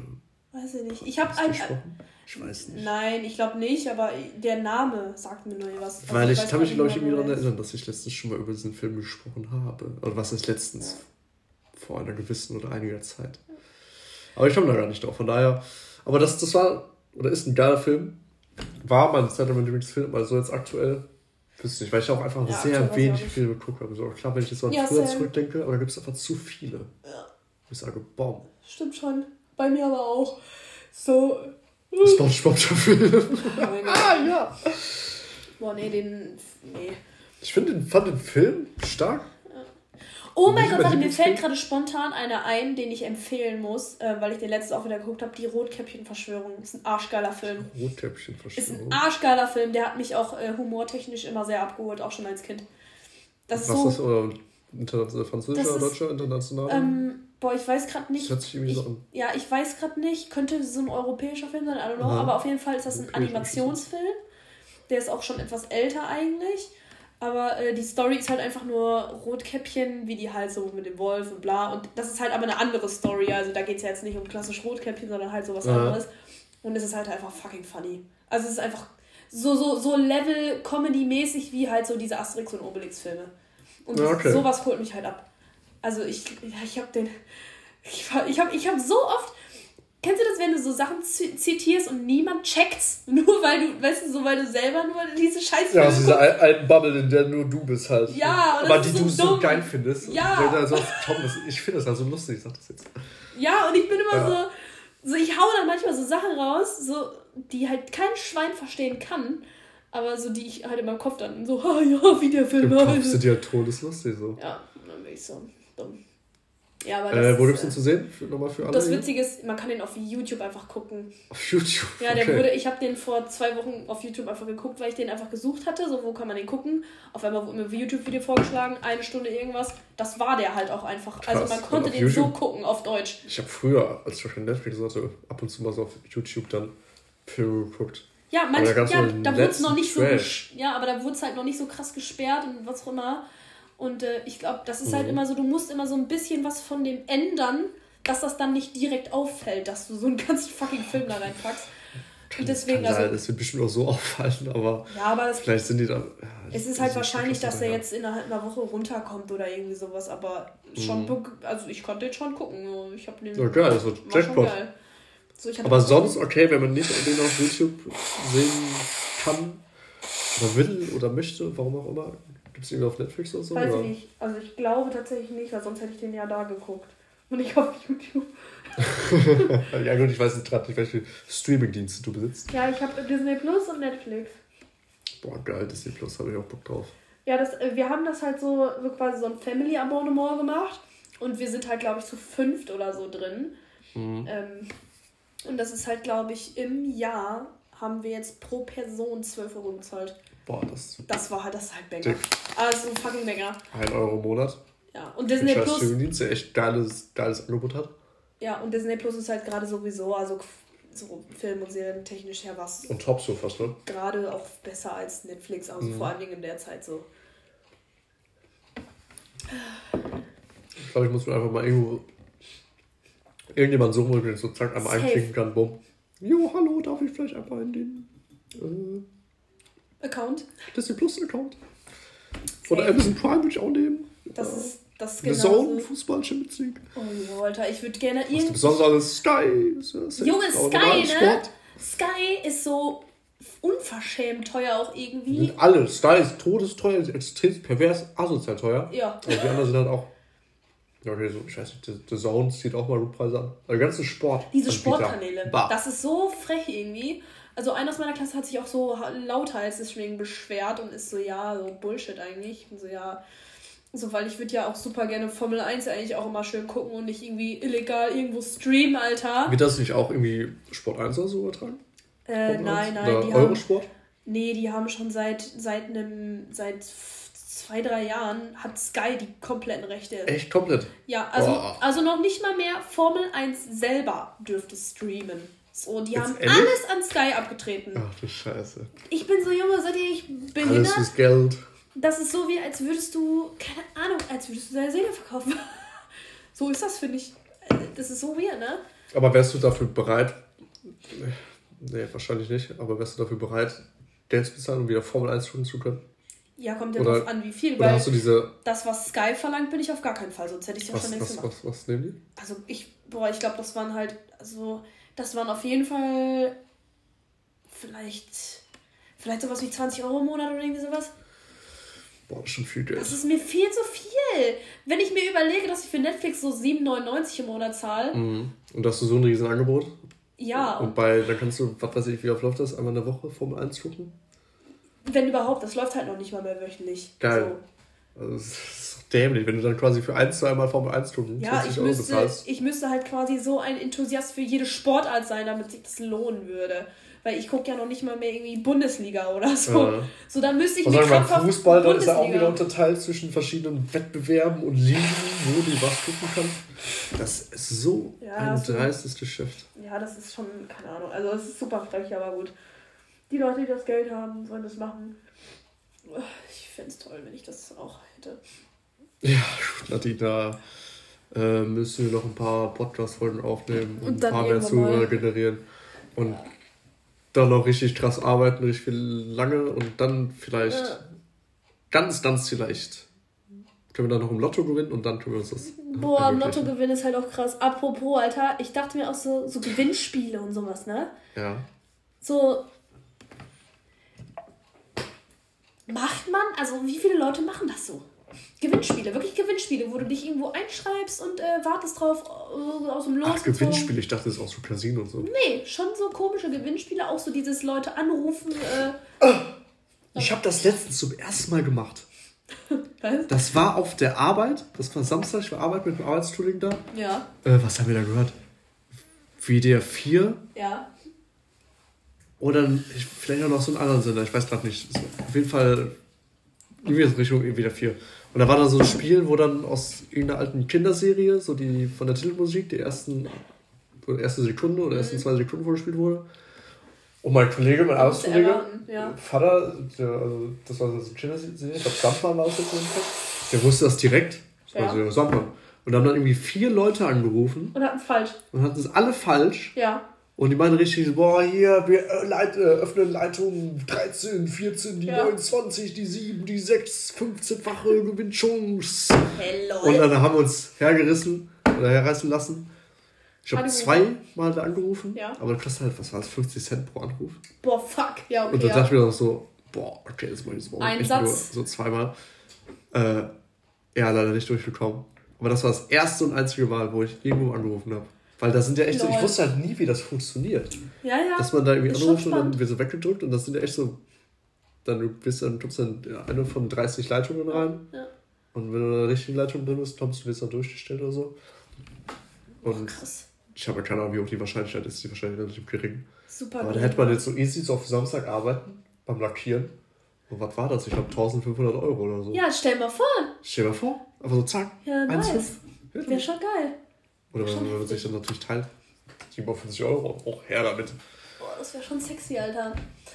Weiß ich nicht. Ich habe Ich weiß nicht. Nein, ich glaube nicht, aber der Name sagt mir nur was. Weil ich kann mich, glaube ich, irgendwie daran erinnern, dass ich letztens schon mal über diesen Film gesprochen habe. Oder was ist letztens? Vor einer gewissen oder einiger Zeit. Aber ich komme da gar nicht drauf. Von daher. Aber das war, oder ist ein geiler Film. War mein Zeit mein Lieblingsfilm, also jetzt aktuell. Wüsste nicht, weil ich auch einfach sehr wenig Filme gucke. Also klar, wenn ich jetzt mal früher zurückdenke, aber da gibt es einfach zu viele. Ja. Ich sage, boom. Stimmt schon. Bei mir aber auch. So. SpongeBob-Film. Ja. Boah, nee. Ich fand den Film stark. Oh mein Gott, mir fällt gerade spontan einer ein, den ich empfehlen muss, weil ich den letzten auch wieder geguckt habe. Die Rotkäppchen-Verschwörung. Ist ein arschgeiler Film. Rotkäppchen-Verschwörung. Ist ein arschgeiler Film. Der hat mich auch humortechnisch immer sehr abgeholt, auch schon als Kind. Was ist das? Oder französischer oder deutscher? International? Boah, ich weiß gerade nicht. Das hört sich irgendwie so an. Ja, ich weiß gerade nicht. Könnte so ein europäischer Film sein, I don't know. Aber auf jeden Fall ist das ein Animationsfilm. Der ist auch schon etwas älter eigentlich. Aber die Story ist halt einfach nur Rotkäppchen, wie die halt so mit dem Wolf und bla. Und das ist halt aber eine andere Story. Also da geht es ja jetzt nicht um klassisch Rotkäppchen, sondern halt so was anderes. Und es ist halt einfach fucking funny. Also es ist einfach so Level-Comedy-mäßig wie halt so diese Asterix- und Obelix-Filme. Und sowas holt mich halt ab. Also ich habe so oft... Kennst du das, wenn du so Sachen zitierst und niemand checkt's? Nur weil du, weißt du, so weil du selber nur diese Scheiße... Ja, diese alten Bubble, in der nur du bist halt. Ja, aber die du so geil findest. Ja. Also, ich finde das also lustig, ich sag das jetzt. Ja, und ich bin immer so, ich hau dann manchmal so Sachen raus, so, die halt kein Schwein verstehen kann, aber so, die ich halt in meinem Kopf dann so, wie der Film heißt. Im Kopf sind die halt todeslustig so. Ja, dann bin ich so dumm. Ja, aber wo gibt's den zu sehen? Nochmal für alle? Das Witzige ist, man kann den auf YouTube einfach gucken. Auf YouTube? Ja, ich habe den vor 2 Wochen auf YouTube einfach geguckt, weil ich den einfach gesucht hatte, so wo kann man den gucken. Auf einmal wurde mir ein YouTube-Video vorgeschlagen, 1 Stunde irgendwas. Das war der halt auch einfach. Krass. Also man konnte den YouTube so gucken auf Deutsch. Ich habe früher, als ich auf Netflix hatte, ab und zu mal so auf YouTube dann Filme geguckt. Ja, da wurde es noch nicht so... Ja, aber da wurde es halt noch nicht so krass gesperrt und was auch immer. Und ich glaube, das ist halt immer so, du musst immer so ein bisschen was von dem ändern, dass das dann nicht direkt auffällt, dass du so einen ganzen fucking Film da reinpackst. Und deswegen, das wird bestimmt auch so auffallen, aber, vielleicht sind die da... Ja, es ist halt wahrscheinlich, dass der jetzt innerhalb einer Woche runterkommt oder irgendwie sowas, aber schon, also ich konnte den schon gucken. Ich habe den... Okay, also Jackpot. So, aber sonst okay, wenn man nicht den auf YouTube sehen kann oder will oder möchte, warum auch immer... Gibt es irgendwie auf Netflix oder so? Weiß ich nicht. Also ich glaube tatsächlich nicht, weil sonst hätte ich den ja da geguckt. Und nicht auf YouTube. Ja gut, ich weiß nicht gerade nicht, welche Streaming-Dienste du besitzt. Ja, ich habe Disney Plus und Netflix. Boah, geil, Disney Plus, habe ich auch Bock drauf. Ja, wir haben das halt so quasi so ein Family-Abonnement gemacht. Und wir sind halt, glaube ich, zu 5 oder so drin. Und das ist halt, glaube ich, im Jahr haben wir jetzt pro Person 12 € gezahlt. Boah, das war halt Banger. Also fucking Banger. 1 € im Monat. Ja, und Disney Plus... Streaming-Dienst, der echt geiles Angebot hat. Ja, und Disney Plus ist halt gerade sowieso, also so Film- und Serien technisch her was... Und top so fast, ne? Gerade auch besser als Netflix, also vor allen Dingen in der Zeit so. Ich glaube, ich muss mir einfach mal irgendjemanden suchen, wo ich mir so zack einmal einklicken kann, bumm. Jo, hallo, darf ich vielleicht einfach in den... Account? Disney Plus Account. Oder Amazon Prime würde ich auch nehmen. Das ist genau so. Fußball, Champions League. Oh, Alter, ich würde gerne irgendwie... Besonders alles Sky. Junge, Sky, ne? Sky ist so unverschämt teuer auch irgendwie. Alle. Sky ist todesteuer, extrem pervers, asozial teuer. Ja. Aber die anderen sind halt auch... Okay, so, ich weiß nicht, The Zone zieht auch mal Preise an. Der ganze Sport. Diese Sportkanäle. Das ist so frech irgendwie. Also einer aus meiner Klasse hat sich auch so lauthals deswegen beschwert und ist so, ja, so Bullshit eigentlich. Und so, ja, so, weil ich würde ja auch super gerne Formel 1 eigentlich auch immer schön gucken und nicht irgendwie illegal irgendwo streamen, Alter. Wird das nicht auch irgendwie Sport 1 oder so übertragen? Nein. Oder Eurosport? Die haben schon seit 2-3 Jahren hat Sky die kompletten Rechte. Echt komplett? Ja, also noch nicht mal mehr Formel 1 selber dürfte streamen. So, die haben alles an Sky abgetreten. Ach du Scheiße. Ich bin so, Junge, seid ihr nicht behindert? Alles ist Geld. Das ist so wie, als würdest du, keine Ahnung, als würdest du deine Seele verkaufen. So ist das, finde ich. Das ist so weird, ne? Aber wärst du dafür bereit, nee, wahrscheinlich nicht, aber wärst du dafür bereit, Geld zu bezahlen, um wieder Formel 1 tun zu können? Ja, kommt ja drauf an, wie viel. Oder weil hast du diese... Das, was Sky verlangt, bin ich auf gar keinen Fall, sonst hätte ich es ja schon längst gemacht. Was nehmen die? Also ich glaube, das waren halt, also das waren auf jeden Fall vielleicht sowas wie 20 € im Monat oder irgendwie sowas. Boah, das ist schon viel Geld. Das ist mir viel zu viel. Wenn ich mir überlege, dass ich für Netflix so 7,99 € im Monat zahle. Mhm. Und hast du so ein riesen Angebot? Ja. Und dann kannst du, was weiß ich, wie oft läuft das? Einmal in der Woche Formel 1 gucken? Wenn überhaupt, das läuft halt noch nicht mal mehr wöchentlich. Geil. So. Also das ist doch dämlich, wenn du dann quasi für 1-2 Mal Formel 1 gucken, ja, ich müsste halt quasi so ein Enthusiast für jede Sportart sein, damit sich das lohnen würde. Weil ich gucke ja noch nicht mal mehr irgendwie Bundesliga oder so. Ja. So, dann müsste ich mir krampfhaft Fußball, da ist ja auch wieder unterteilt zwischen verschiedenen Wettbewerben und Ligen, wo du was gucken kannst. Das ist so ein dreistes Geschäft. Ja, das ist schon, keine Ahnung, also es ist super frech, aber gut. Die Leute, die das Geld haben, sollen das machen. Ich fände es toll, wenn ich das auch hätte. Ja, Nadine, da müssen wir noch ein paar Podcast-Folgen aufnehmen und ein paar mehr Zuhörer generieren. Und dann noch richtig krass arbeiten, richtig viel lange und dann vielleicht, ganz vielleicht, können wir dann noch im Lotto gewinnen und dann können wir uns das Boah, im Lotto gewinnen ist halt auch krass. Apropos, Alter, ich dachte mir auch so Gewinnspiele und sowas, ne? Ja. So, macht man, also wie viele Leute machen das so? Gewinnspiele, wirklich Gewinnspiele, wo du dich irgendwo einschreibst und wartest drauf, aus dem Los. Ach, Gewinnspiele, ich dachte, das ist auch so Casino und so. Nee, schon so komische Gewinnspiele, auch so dieses Leute anrufen. Ich habe das letztens zum ersten Mal gemacht. Was? Das war auf der Arbeit, das war Samstag, ich war Arbeit mit dem Arbeitstooling da. Ja. Was haben wir da gehört? WDR 4? Ja. Oder vielleicht auch noch so einen anderen Sender, ich weiß gerade nicht. Auf jeden Fall irgendwie in Richtung WDR 4. Und da war da so ein Spiel, wo dann aus irgendeiner alten Kinderserie, so die von der Titelmusik, die erste Sekunde oder ersten 2 Sekunden vorgespielt wurde. Und mein Kollege, mein Arbeitskollege, Vater, also das war so eine Kinderserie, ich glaube Sandmann war das jetzt im Endeffekt, der wusste das direkt. Das war so Sandmann. Und dann haben dann irgendwie 4 Leute angerufen. Und hatten es falsch. Und hatten es alle falsch. Ja. Und die meinen richtig so, boah, hier, wir öffnen Leitung 13, 14, die 29, die 7, die 6, 15-fache Gewinnchance. Hello. Und dann haben wir uns herreißen lassen. Ich habe 2 Mal da angerufen, aber das kostet halt, was war das, 50 Cent pro Anruf. Boah, fuck, ja, okay. Und dann dachte ich mir noch so, boah, okay, jetzt mal jetzt echt nur so 2 Mal. Leider nicht durchgekommen. Aber das war das erste und einzige Mal, wo ich irgendwo angerufen habe. Weil das sind ja echt so, ich wusste halt nie, wie das funktioniert. Ja. Dass man da irgendwie anruft und dann wird so weggedrückt und das sind ja echt so, dann kommst dann eine von 30 Leitungen rein. Ja. Und wenn du in der richtigen Leitung drin bist, kommst du jetzt dann durchgestellt oder so. Und krass. Ich habe ja keine Ahnung, wie hoch die Wahrscheinlichkeit ist, die wahrscheinlich relativ gering. Super. Aber da hätte man jetzt so easy so auf Samstag arbeiten, beim Lackieren. Und was war das? Ich glaube 1.500 € oder so. Ja, stell mal vor. Einfach so zack. Ja, nice. Wäre schon geil. Oder wenn man sich dann natürlich teilt. 57 €, auch her damit. Boah, das wäre schon sexy, Alter.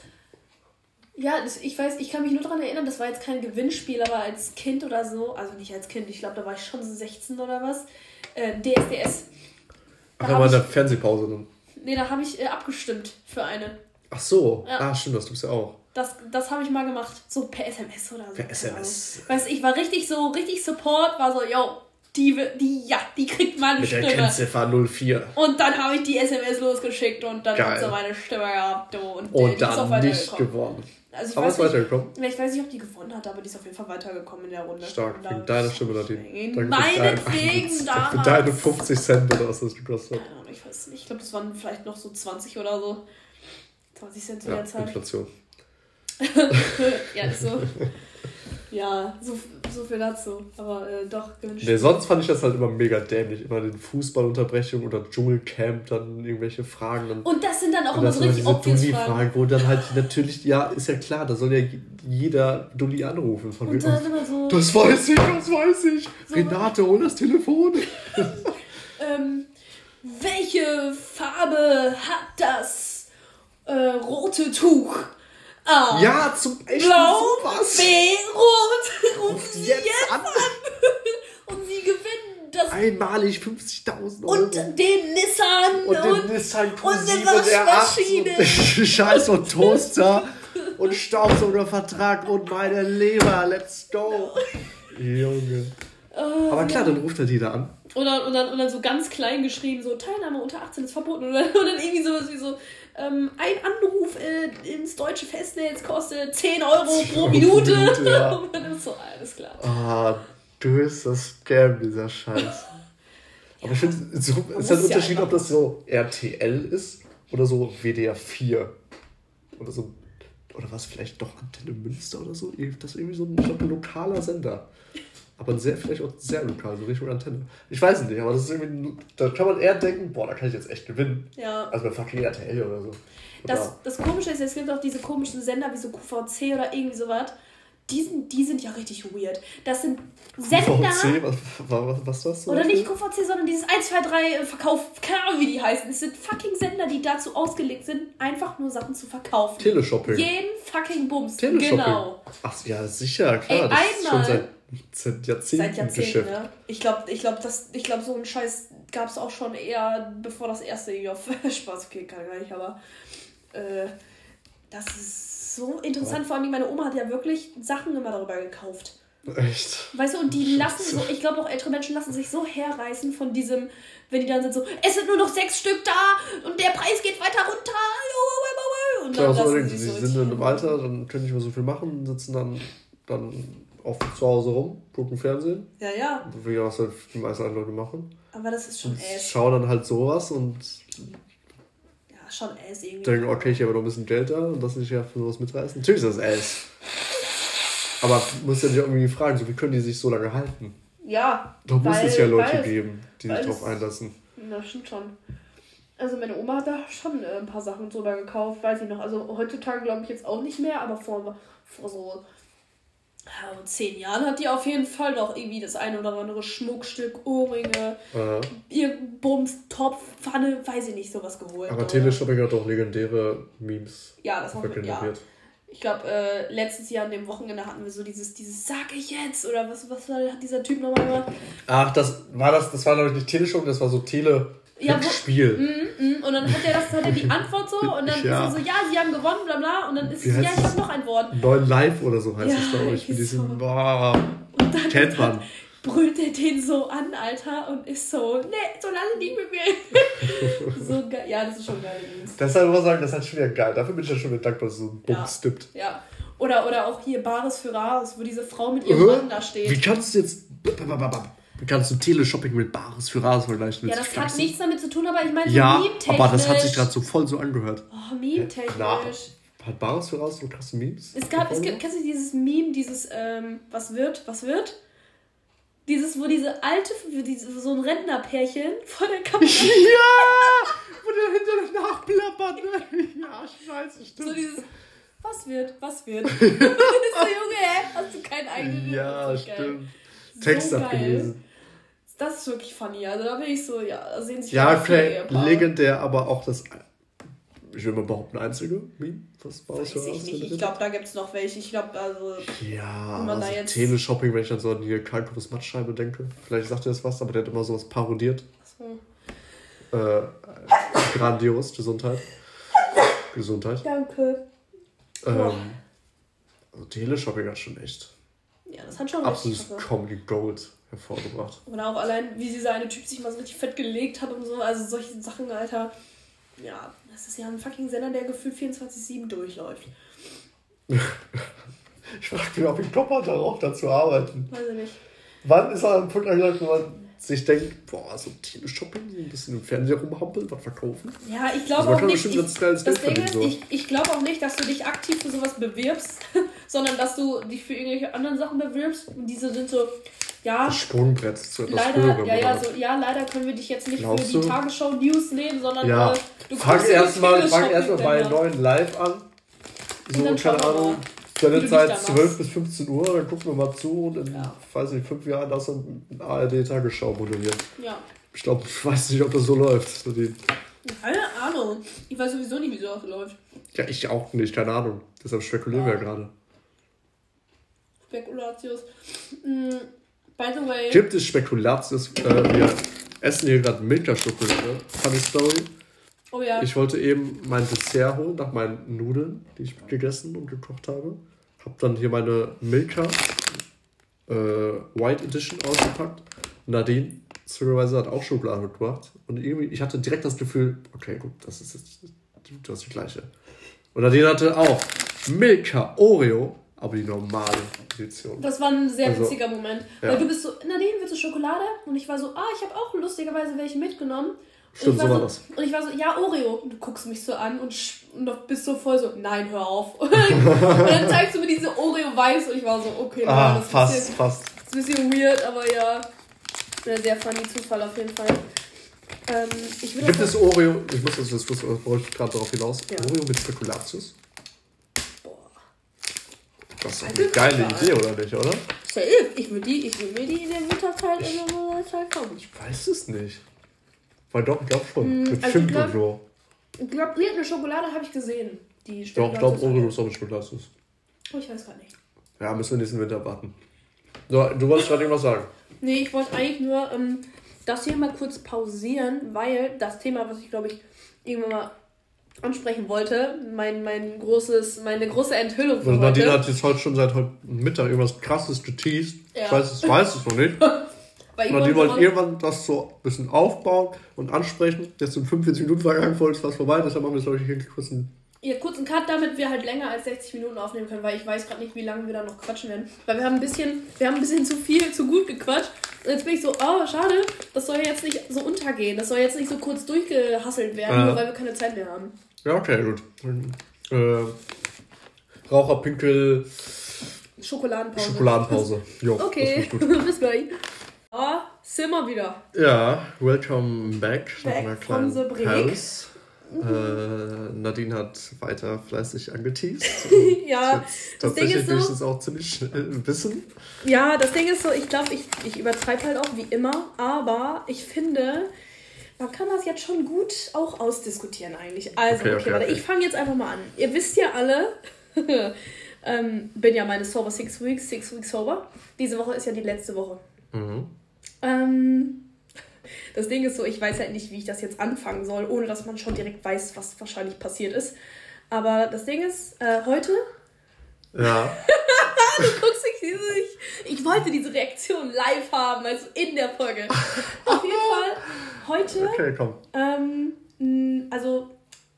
Ja, ich weiß, ich kann mich nur daran erinnern, das war jetzt kein Gewinnspiel, aber als Kind oder so, also nicht als Kind, ich glaube, da war ich schon so 16 oder was, DSDS. Ach, da war in der Fernsehpause dann? Nee, da habe ich abgestimmt für eine. Ach so, ja. Stimmt, das tust du ja auch. Das habe ich mal gemacht, so per SMS oder so. Per SMS. Weißt du, ich war richtig Support, war so, yo, die kriegt meine Stimme. Mit der Kennziffer 04. Und dann habe ich die SMS losgeschickt und dann hat sie meine Stimme gehabt. Und dann nicht gewonnen. Also aber ist weitergekommen? Ich weiß nicht, ob die gewonnen hat, aber die ist auf jeden Fall weitergekommen in der Runde. Stark, wegen deiner Stimme, Nadine. Meinetwegen damals. Für deine 50 Cent oder was das gekostet hat. Keine Ahnung, ich weiß nicht. Ich glaube, das waren vielleicht noch so 20 oder so. 20 Cent zu der Zeit. Inflation. Ja, ist so. Ja, so viel dazu. Aber doch, Gewinnspiel. Nee, sonst fand ich das halt immer mega dämlich. Immer den Fußballunterbrechungen oder Dschungelcamp, dann irgendwelche Fragen. Und das sind dann auch immer so richtig obvious Fragen. Wo dann halt natürlich, ja, ist ja klar, da soll ja jeder Dulli anrufen. Von und dann immer so... Das weiß ich. So Renate, hol das Telefon. Welche Farbe hat das rote Tuch? A. Ja, zum Beispiel Blau, sowas. B, Rot. Rufen Sie jetzt an. Und Sie gewinnen einmalig 50.000 Euro. Und den Nissan. Und den Nissan Q7 und der R8 und Scheiß und Toaster und Staubsaugervertrag und meine Leber. Let's go. Junge. Aber klar, dann ruft er die da an. Und dann so ganz klein geschrieben, so Teilnahme unter 18 ist verboten. Und dann irgendwie sowas wie so, ein Anruf ins deutsche Festnetz kostet 10 Euro pro Minute. Ja. Und dann ist so, alles klar. Ah, du bist das Scam, dieser Scheiß. Aber ich finde, es ist halt ein Unterschied, ob das so RTL ist oder so WDR 4. Oder so, oder was, vielleicht doch Antenne Münster oder so. Das ist irgendwie so ein lokaler Sender. Aber vielleicht auch sehr lokal, so Richtung Antenne. Ich weiß es nicht, aber das ist irgendwie, da kann man eher denken, boah, da kann ich jetzt echt gewinnen. Ja. Also bei fucking RTL oder so. Das Komische ist, es gibt auch diese komischen Sender wie so QVC oder irgendwie sowas. Die sind ja richtig weird. Das sind Sender. QVC, was das? Oder nicht QVC, sondern dieses 1, 2, 3 Verkauf, keine Ahnung wie die heißen. Es sind fucking Sender, die dazu ausgelegt sind, einfach nur Sachen zu verkaufen. Teleshopping. Jeden fucking Bums. Teleshopping. Genau. Ach ja, sicher, klar. Ey, das ist schon seit Jahrzehnten Geschäft. Ne? Ich glaube, so einen Scheiß gab es auch schon eher, bevor das erste irgendwie auf Spaß, okay, kann gar nicht, aber das ist so interessant. Vor allem, meine Oma hat ja wirklich Sachen immer darüber gekauft. Echt? Weißt du, und die lassen so, ich glaube auch ältere Menschen lassen sich so herreißen von diesem, wenn die dann sind so, es sind nur noch 6 Stück da und der Preis geht weiter runter. Und dann lassen sie sind in einem Alter, dann können nicht mehr so viel machen, sitzen dann oft zu Hause rum, gucken Fernsehen. Ja, ja. Wie was halt die meisten Leute machen. Aber das ist schon schauen dann halt sowas und ja, schon irgendwie. Denken, okay, ich habe noch ein bisschen Geld da und das nicht ja für sowas mitreißen. Natürlich ist das Aber muss ja nicht irgendwie fragen, so wie können die sich so lange halten? Ja. Da muss es ja Leute geben, die sich drauf einlassen. Das stimmt schon. Also meine Oma hat da schon ein paar Sachen drüber gekauft, weiß ich noch. Also heutzutage glaube ich jetzt auch nicht mehr, aber vor so 10 Jahren hat die auf jeden Fall noch irgendwie das eine oder andere Schmuckstück, Ohrringe, ihr Bums, Topf, Pfanne, weiß ich nicht, sowas geholt. Aber Teleshopping hat auch legendäre Memes. Ja, das generiert. Ich glaube, letztes Jahr an dem Wochenende hatten wir so dieses sag ich jetzt, oder was hat dieser Typ nochmal gemacht? Ach, das war glaube ich nicht Teleshopping, das war so Spiel. Und dann hat er die Antwort so und dann ist er so, ja, sie haben gewonnen, bla bla, und dann ist es, ja, ich habe noch ein Wort. 9 Live oder so heißt es, glaube ich. Mit diesem, kennt man. Brüllt er den so an, Alter, und ist so, nee, so lange nicht mit mir. So geil. Ja, das ist schon geil. Deshalb muss ich sagen, das ist halt schon wieder geil. Dafür bin ich ja schon wieder dankbar, dass so ein Bums tippt. Ja. Oder auch hier Bares für Rares, wo diese Frau mit ihrem Mann da steht. Wie kannst du jetzt... Wie kannst du Teleshopping mit Bares für Rares vergleichen? Ja, das hat nichts damit zu tun, aber ich meine so meme-technisch. Aber das hat sich gerade so voll so angehört. Oh, meme-technisch. Hat Bares für Rares so krasse Memes? Kennst du dieses Meme, was wird? Dieses, wo diese alte, so ein Rentnerpärchen vor der Kamera... Ja! Wo der hinter nachplappert. Ja, scheiße, stimmt. So dieses... Was wird? so, Junge, hast du keinen eigenen... Ja, stimmt. Text so abgelesen. Das ist wirklich funny. Also da bin ich so, da sehen sich legendär, aber auch das, ich will mal behaupten, einzige Meme, was Bares für Rares. Ich glaube, da gibt es noch welche. Ich glaube, also... Ja, wenn man da jetzt... Teleshopping, wenn ich dann so an die Kalkofes Mattscheibe denke. Vielleicht sagt er das was, aber der hat immer sowas parodiert. Achso. Grandios, Gesundheit. Danke. Also Teleshopping hat schon echt... Ja, das hat schon absolutes Comedy Gold hervorgebracht. Oder auch allein, wie dieser eine Typ sich mal so richtig fett gelegt hat und so. Also solche Sachen, Alter. Ja, das ist ja ein fucking Sender, der gefühlt 24/7 durchläuft. Ich frage mich, ob ich Bock hat, darauf da zu arbeiten. Weiß ich nicht. Wann ist er am Punkt angelangt, wo man sich denkt, boah, so Teleshopping, ein bisschen im Fernseher rumhampeln, was verkaufen? Ja, ich glaube auch nicht, ich glaube auch nicht, dass du dich aktiv für sowas bewirbst, sondern dass du dich für irgendwelche anderen Sachen bewirbst und diese sind so, ja... Das Sprungbrett zu etwas leider, höherem. leider können wir dich jetzt nicht für die Tagesschau-News nehmen, sondern du fang erstmal bei 9 Live an. So, keine Ahnung. Sendezeit 12 bis 15 Uhr, dann gucken wir mal zu und in, weiß nicht, 5 Jahren darfst du eine ARD-Tagesschau moderieren. Ja. Ich weiß nicht, ob das so läuft. Keine Ahnung. Ich weiß sowieso nicht, wie so läuft. Ja, ich auch nicht, keine Ahnung. Deshalb spekulieren wir ja gerade. Spekulatius. By the way. Gibt es Spekulatius? Wir essen hier gerade Milka-Schokolade. Funny Story. Oh ja. Ich wollte eben mein Dessert holen nach meinen Nudeln, die ich gegessen und gekocht habe. Hab dann hier meine Milka White Edition ausgepackt. Nadine, zufälligerweise, hat auch Schokolade mitgebracht. Und irgendwie, ich hatte direkt das Gefühl, okay, gut, das ist jetzt das gleiche. Und Nadine hatte auch Milka Oreo, aber die normale Edition. Das war ein sehr witziger Moment. Ja. Weil du bist so, Nadine, willst du Schokolade? Und ich war so, ich habe auch lustigerweise welche mitgenommen. Stimmt, so war das. Und ich war so, ja, Oreo. Und du guckst mich so an und bist so voll so, nein, hör auf. Und dann zeigst du mir diese Oreo-Weiß und ich war so, okay, das ist fast. Das ist ein bisschen weird, aber ja. Sehr funny Zufall auf jeden Fall. Gibt es Oreo, ich muss das wollte ich gerade darauf hinaus, Oreo mit Spekulatius? Boah. Das ist doch eine geile Idee, oder nicht, oder? Safe. Ich will mir die in der Mutterzeit in der Mutterzeit kaufen. Ich weiß es nicht. Weil doch, ich glaube schon. Mit Zimt und so. Ich glaube, eine Schokolade habe ich gesehen. Die ich glaube, Oreo ist auch mit Spekulatius. Oh, ich weiß gar nicht. Ja, müssen wir nächsten Winter warten. So, du wolltest gerade irgendwas sagen. Nee, ich wollte eigentlich nur das hier mal kurz pausieren, weil das Thema, was ich glaube ich irgendwann mal ansprechen wollte, meine große Enthüllung von heute. Nadine hat jetzt schon seit heute Mittag irgendwas Krasses geteased. Ja. Ich weiß es noch nicht. Nadine wollte irgendwann das so ein bisschen aufbauen und ansprechen. Jetzt sind 45 Minuten vergangen, voll ist was vorbei, deshalb machen wir jetzt, glaube ich, kurz einen Cut, damit wir halt länger als 60 Minuten aufnehmen können, weil ich weiß gerade nicht, wie lange wir da noch quatschen werden. Weil wir haben ein bisschen zu gut gequatscht. Und jetzt bin ich so, schade, das soll jetzt nicht so untergehen. Das soll jetzt nicht so kurz durchgehasselt werden, nur weil wir keine Zeit mehr haben. Ja, okay, gut. Raucherpinkel. Schokoladenpause. Jo, okay, bis gleich. Sind wir wieder. Ja, welcome back from the break. Nadine hat weiter fleißig angeteased. Ja, das Ding ist so, will ich das auch ziemlich wissen. Ja, das Ding ist so, ich glaube, ich übertreibe halt auch wie immer, aber ich finde, man kann das jetzt schon gut auch ausdiskutieren eigentlich. Also, okay. Ich fange jetzt einfach mal an. Ihr wisst ja alle, bin ja meine Sober 6 Weeks Sober. Diese Woche ist ja die letzte Woche. Mhm. Das Ding ist so, ich weiß halt nicht, wie ich das jetzt anfangen soll, ohne dass man schon direkt weiß, was wahrscheinlich passiert ist. Aber das Ding ist, heute... Ja. Du guckst dich ich wollte diese Reaktion live haben, also in der Folge. Auf jeden Fall, heute... Okay, komm. Also,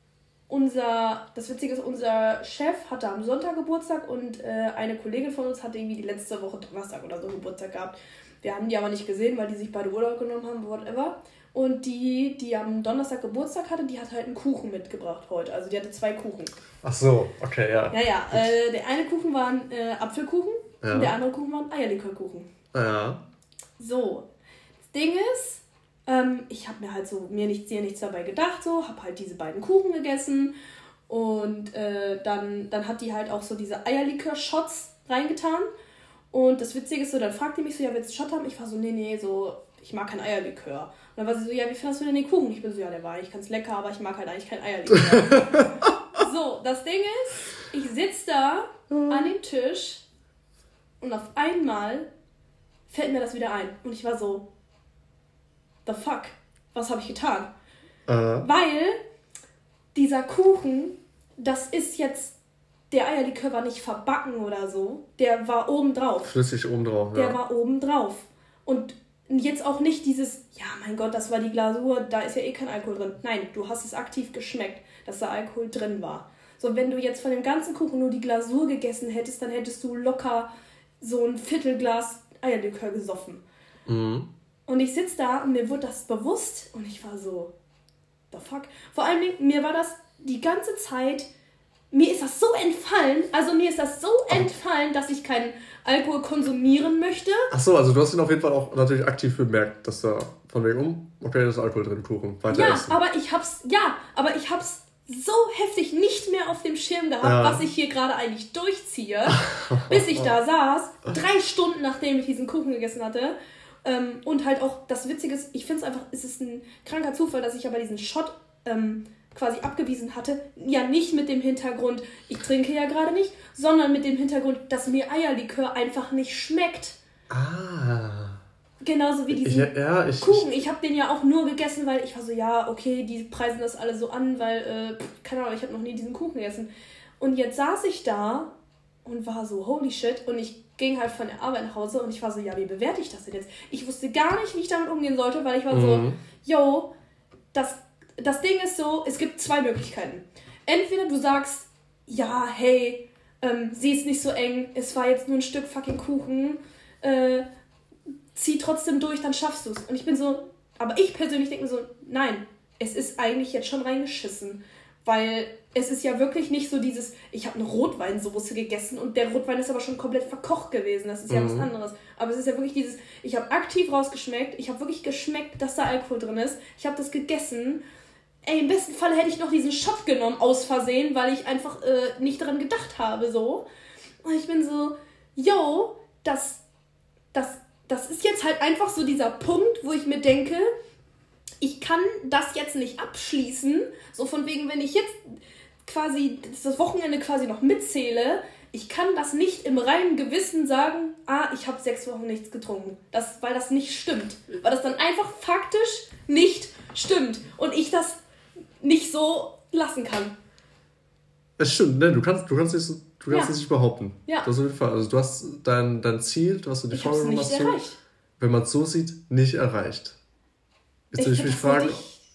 das Witzige ist, unser Chef hatte am Sonntag Geburtstag und eine Kollegin von uns hatte irgendwie die letzte Woche Donnerstag oder so Geburtstag gehabt. Wir haben die aber nicht gesehen, weil die sich beide Urlaub genommen haben, whatever. Und die am Donnerstag Geburtstag hatte, die hat halt einen Kuchen mitgebracht heute. Also die hatte 2 Kuchen. Ach so, okay, ja. Ja. Der eine Kuchen war ein Apfelkuchen und der andere Kuchen war ein Eierlikörkuchen. Ja. So, das Ding ist, ich habe mir halt so nichts dabei gedacht, so, habe halt diese beiden Kuchen gegessen und dann hat die halt auch so diese Eierlikör-Shots reingetan. Und das Witzige ist so, dann fragt die mich so, ja, willst du Shot haben? Ich war so, nee, so, ich mag kein Eierlikör. Und dann war sie so, ja, wie findest du denn den Kuchen? Ich bin so, ja, der war eigentlich ganz lecker, aber ich mag halt eigentlich kein Eierlikör. So, das Ding ist, ich sitze da an dem Tisch und auf einmal fällt mir das wieder ein. Und ich war so, the fuck, was habe ich getan? Weil dieser Kuchen, das ist jetzt, der Eierlikör war nicht verbacken oder so, der war oben drauf. Flüssig oben drauf, Der war oben drauf. Und jetzt auch nicht dieses, ja, mein Gott, das war die Glasur, da ist ja eh kein Alkohol drin. Nein, du hast es aktiv geschmeckt, dass da Alkohol drin war. So, wenn du jetzt von dem ganzen Kuchen nur die Glasur gegessen hättest, dann hättest du locker so ein Viertelglas Eierlikör gesoffen. Mhm. Und ich sitze da und mir wurde das bewusst und ich war so, the fuck? Vor allem, mir war das die ganze Zeit... Mir ist das so entfallen, dass ich keinen Alkohol konsumieren möchte. Ach so, also du hast ihn auf jeden Fall auch natürlich aktiv bemerkt, dass da von wegen, okay, da ist Alkohol drin, Kuchen, weiter essen. Aber ich hab's so heftig nicht mehr auf dem Schirm gehabt, was ich hier gerade eigentlich durchziehe, bis ich da saß, 3 Stunden nachdem ich diesen Kuchen gegessen hatte. Und halt auch das Witzige ist, ich finde es einfach, es ist ein kranker Zufall, dass ich aber diesen Shot quasi abgewiesen hatte, ja nicht mit dem Hintergrund, ich trinke ja gerade nicht, sondern mit dem Hintergrund, dass mir Eierlikör einfach nicht schmeckt. Genauso wie diesen Kuchen. Ich habe den ja auch nur gegessen, weil ich war so, ja, okay, die preisen das alle so an, weil, keine Ahnung, ich habe noch nie diesen Kuchen gegessen. Und jetzt saß ich da und war so, holy shit. Und ich ging halt von der Arbeit nach Hause und ich war so, ja, wie bewerte ich das denn jetzt? Ich wusste gar nicht, wie ich damit umgehen sollte, weil ich war so, yo, das Ding ist so, es gibt zwei Möglichkeiten. Entweder du sagst, ja, hey, sie ist nicht so eng, es war jetzt nur ein Stück fucking Kuchen, zieh trotzdem durch, dann schaffst du es. Und ich bin so, aber ich persönlich denke mir so, nein, es ist eigentlich jetzt schon reingeschissen. Weil es ist ja wirklich nicht so dieses, ich habe eine Rotweinsoße gegessen und der Rotwein ist aber schon komplett verkocht gewesen. Das ist ja was anderes. Aber es ist ja wirklich dieses, ich habe aktiv rausgeschmeckt, ich habe wirklich geschmeckt, dass da Alkohol drin ist. Ich habe das gegessen. Ey, im besten Fall hätte ich noch diesen Shot genommen aus Versehen, weil ich einfach nicht daran gedacht habe, so. Und ich bin so, yo, das ist jetzt halt einfach so dieser Punkt, wo ich mir denke, ich kann das jetzt nicht abschließen, so von wegen, wenn ich jetzt quasi das Wochenende quasi noch mitzähle, ich kann das nicht im reinen Gewissen sagen, ich habe 6 Wochen nichts getrunken, weil das nicht stimmt, weil das dann einfach faktisch nicht stimmt und ich das nicht so lassen kann. Es stimmt, ne, du kannst es nicht behaupten. Ja. Das auf jeden Fall. Also du hast dein Ziel, du hast die vorgenommen, hast du, wenn man es so sieht, nicht erreicht. Jetzt will ich mich fragen,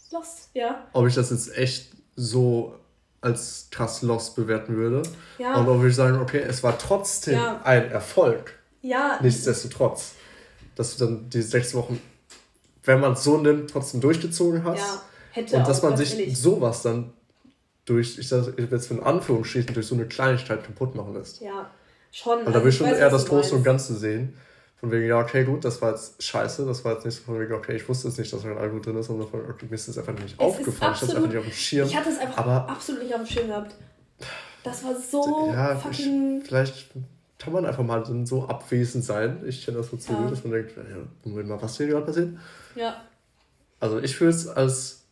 ob ich das jetzt echt so als krass lost bewerten würde. Ja. Und ob ich sagen, okay, es war trotzdem ein Erfolg. Ja. Nichtsdestotrotz. Dass du dann diese 6 Wochen, wenn man es so nimmt, trotzdem durchgezogen hast. Ja, hätte und dass man sich sowas dann durch, ich sage jetzt in Anführungsstrichen, durch so eine Kleinigkeit kaputt machen lässt. Ja, schon. Und da will ich schon eher das Große und Ganze sehen. Von wegen, ja, okay, gut, das war jetzt scheiße, das war jetzt nicht so von wegen, okay, ich wusste jetzt nicht, dass da ein Alkohol drin ist, sondern von, okay, mir ist das einfach nicht aufgefallen, ich hatte es einfach nicht auf dem Schirm. Ich hatte es einfach absolut nicht auf dem Schirm gehabt. Das war so fucking... Vielleicht kann man einfach mal so abwesend sein, ich kenne das so zu, dass man denkt, ja, Moment mal, was hier gerade passiert? Ja. Also ich würde es als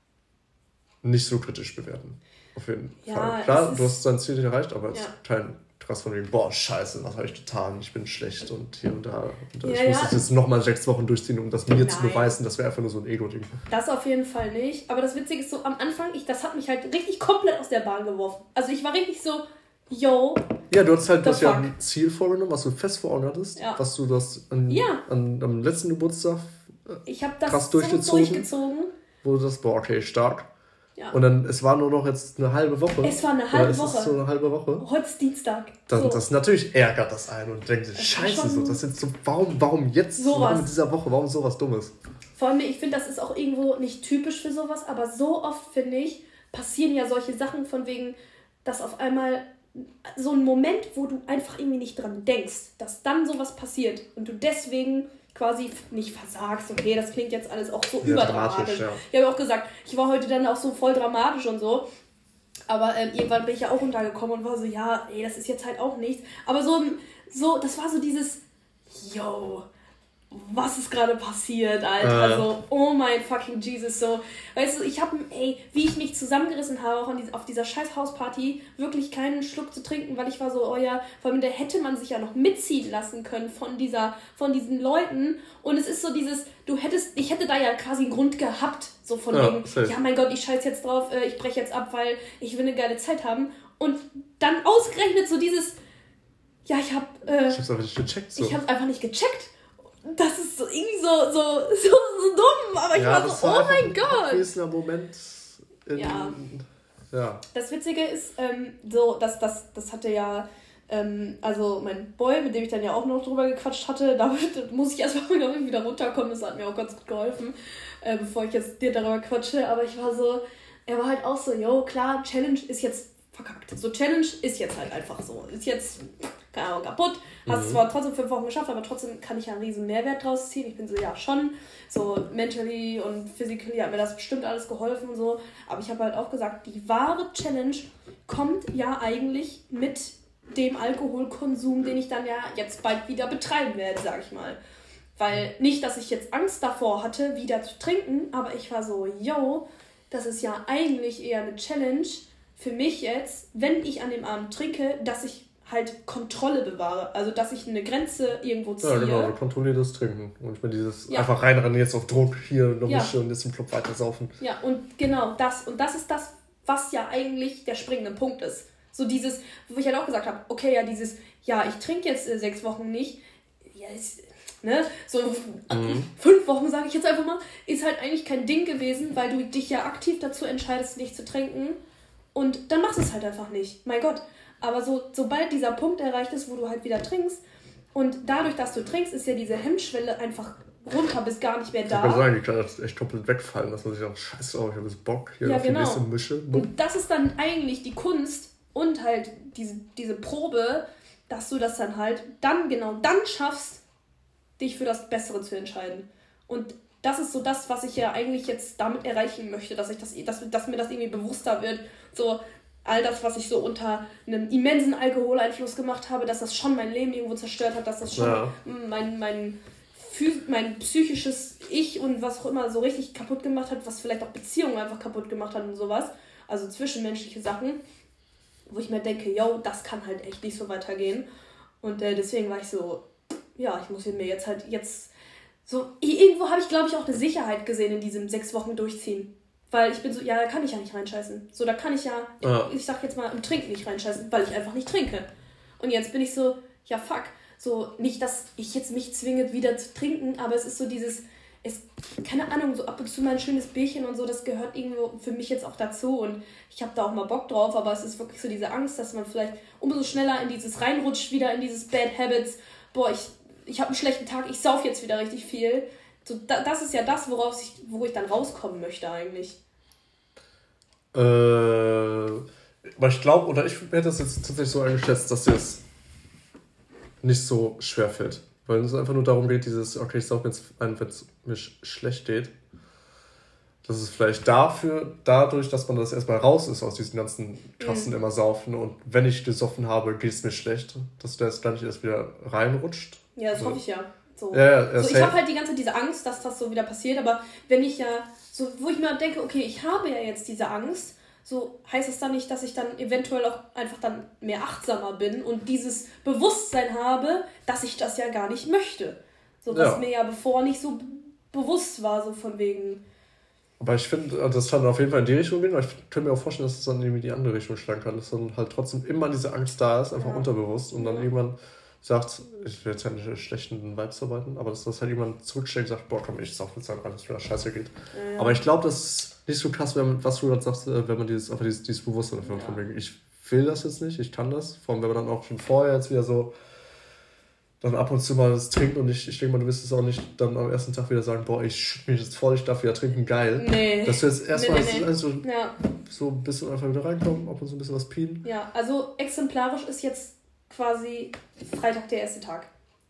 nicht so kritisch bewerten, auf jeden Fall. Klar, du hast dein Ziel nicht erreicht, aber es ist kein... krass von wegen, boah, scheiße, was habe ich getan? Ich bin schlecht und hier und da. Und ich muss das jetzt nochmal 6 Wochen durchziehen, um das mir zu beweisen. Das wäre einfach nur so ein Ego-Ding. Das auf jeden Fall nicht. Aber das Witzige ist so, am Anfang, das hat mich halt richtig komplett aus der Bahn geworfen. Also ich war richtig so, yo. Ja, du hast halt das ja ein Ziel vorgenommen, was du fest vor Augen hattest. Ja. Was du das am letzten Geburtstag krass durchgezogen. Wo du das, boah, okay, stark. Ja. Und dann, es war nur noch jetzt eine halbe Woche. Es war eine halbe Woche. So eine halbe Woche. Heute ist Dienstag. Das natürlich ärgert das einen und denkt sich, scheiße, so, das ist so, warum jetzt? Sowas. Warum in dieser Woche? Warum sowas Dummes? Vor allem, ich finde, das ist auch irgendwo nicht typisch für sowas, aber so oft, finde ich, passieren ja solche Sachen von wegen, dass auf einmal so ein Moment, wo du einfach irgendwie nicht dran denkst, dass dann sowas passiert und du deswegen quasi nicht versagst, okay, das klingt jetzt alles auch so überdramatisch. Ja. Ich habe auch gesagt, ich war heute dann auch so voll dramatisch und so, aber irgendwann bin ich ja auch runtergekommen und war so, ja, ey, das ist jetzt halt auch nichts, aber so, das war so dieses, yo, was ist gerade passiert, Alter, so, oh mein fucking Jesus, so, weißt du, ich habe, wie ich mich zusammengerissen habe, auch auf dieser scheiß Hausparty, wirklich keinen Schluck zu trinken, weil ich war so, oh ja, vor allem, da hätte man sich ja noch mitziehen lassen können von diesen Leuten, und es ist so dieses, ich hätte da ja quasi einen Grund gehabt, so von wegen, ja, mein Gott, ich scheiß jetzt drauf, ich breche jetzt ab, weil ich will eine geile Zeit haben, und dann ausgerechnet so dieses, ja, ich hab's einfach nicht gecheckt, so. Ich hab's einfach nicht gecheckt. Das ist so irgendwie so dumm, aber ich war so, oh mein Gott. Das ist ein Moment. Ja. Das Witzige ist, das hatte ja, also mein Boy, mit dem ich dann ja auch noch drüber gequatscht hatte, da muss ich erstmal wieder runterkommen, das hat mir auch ganz gut geholfen, bevor ich jetzt dir darüber quatsche, aber ich war so, er war halt auch so, yo, klar, Challenge ist jetzt verkackt. So, Challenge ist jetzt halt einfach so. Ist jetzt, keine Ahnung, kaputt. Hast zwar trotzdem 5 Wochen geschafft, aber trotzdem kann ich ja einen riesen Mehrwert draus ziehen. Ich bin so, ja, schon. So, mentally und physically hat mir das bestimmt alles geholfen und so. Aber ich habe halt auch gesagt, die wahre Challenge kommt ja eigentlich mit dem Alkoholkonsum, den ich dann ja jetzt bald wieder betreiben werde, sag ich mal. Weil nicht, dass ich jetzt Angst davor hatte, wieder zu trinken, aber ich war so, yo, das ist ja eigentlich eher eine Challenge für mich jetzt, wenn ich an dem Abend trinke, dass ich halt Kontrolle bewahre. Also, dass ich eine Grenze irgendwo ziehe. Ja, genau, kontrolliertes Trinken. Und ich meine, dieses einfach reinrennen, jetzt auf Druck, hier noch mische und jetzt im Club weiter saufen. Ja, und genau das. Und das ist das, was ja eigentlich der springende Punkt ist. So dieses, wo ich halt auch gesagt habe, okay, ja, dieses, ja, ich trinke jetzt 6 Wochen nicht, ja, ist, ne, so 5 Wochen, sage ich jetzt einfach mal, ist halt eigentlich kein Ding gewesen, weil du dich ja aktiv dazu entscheidest, nicht zu trinken und dann machst du es halt einfach nicht, mein Gott. Aber sobald dieser Punkt erreicht ist, wo du halt wieder trinkst und dadurch, dass du trinkst, ist ja diese Hemmschwelle einfach runter bis gar nicht mehr da. Ich kann sagen, die kann das echt komplett wegfallen, dass man sich auch, scheiße, ich habe jetzt Bock, hier auf die nächste Mische. Und das ist dann eigentlich die Kunst und halt diese Probe, dass du das dann halt dann schaffst, dich für das Bessere zu entscheiden. Und das ist so das, was ich ja eigentlich jetzt damit erreichen möchte, dass mir das irgendwie bewusster wird. So all das, was ich so unter einem immensen Alkoholeinfluss gemacht habe, dass das schon mein Leben irgendwo zerstört hat, dass das schon mein psychisches Ich und was auch immer so richtig kaputt gemacht hat, was vielleicht auch Beziehungen einfach kaputt gemacht hat und sowas. Also zwischenmenschliche Sachen, wo ich mir denke, yo, das kann halt echt nicht so weitergehen. Und deswegen war ich so, ja, ich muss mir jetzt so, irgendwo habe ich, glaube ich, auch eine Sicherheit gesehen in diesem 6 Wochen Durchziehen. Weil ich bin so, ja, da kann ich ja nicht reinscheißen. So, da kann ich ja, ich sag jetzt mal, im Trinken nicht reinscheißen, weil ich einfach nicht trinke. Und jetzt bin ich so, ja, fuck. So, nicht, dass ich jetzt mich zwinge, wieder zu trinken, aber es ist so keine Ahnung, so ab und zu mal ein schönes Bierchen und so, das gehört irgendwo für mich jetzt auch dazu und ich habe da auch mal Bock drauf, aber es ist wirklich so diese Angst, dass man vielleicht umso schneller in dieses reinrutscht, wieder in dieses Bad Habits, boah, ich habe einen schlechten Tag, ich sauf jetzt wieder richtig viel. So, das ist ja das, wo ich dann rauskommen möchte eigentlich. Aber ich glaube, oder ich hätte das jetzt tatsächlich so eingeschätzt, dass dir es nicht so schwer fällt. Weil es einfach nur darum geht, okay, ich sauf jetzt ein, wenn es mir schlecht geht. Das ist vielleicht dadurch, dass man das erstmal raus ist aus diesen ganzen krassen immer saufen und wenn ich gesoffen habe, geht es mir schlecht, dass du da jetzt gar nicht erst wieder reinrutscht. Ja, das hoffe ich ja. So ich habe halt die ganze Zeit diese Angst, dass das so wieder passiert, aber wenn ich wo ich mir denke, okay, ich habe ja jetzt diese Angst, so heißt es dann nicht, dass ich dann eventuell auch einfach dann mehr achtsamer bin und dieses Bewusstsein habe, dass ich das ja gar nicht möchte. So, was mir ja bevor nicht so bewusst war, so von wegen. Aber ich finde, das kann auf jeden Fall in die Richtung gehen, weil ich könnte mir auch vorstellen, dass es dann irgendwie die andere Richtung schlagen kann, dass dann halt trotzdem immer diese Angst da ist, einfach unterbewusst und dann irgendwann sagt, ich will jetzt halt nicht in schlechten Vibes arbeiten, aber dass das halt jemand zurückstellt und sagt, boah, komm, ich sauf jetzt einfach, dass es wieder scheiße geht. Ja. Aber ich glaube, das ist nicht so krass, was du gerade sagst, wenn man dieses Bewusstsein dafür von wegen, ich will das jetzt nicht, ich kann das. Vor allem, wenn man dann auch schon vorher jetzt wieder so dann ab und zu mal das trinkt und ich denke mal, du wirst es auch nicht dann am ersten Tag wieder sagen, boah, ich schütte mich jetzt voll, ich darf wieder trinken, geil. Nee. Dass du jetzt erstmal so ein bisschen einfach wieder reinkommen, ab und zu ein bisschen was pien. Ja, also exemplarisch ist jetzt quasi Freitag der erste Tag.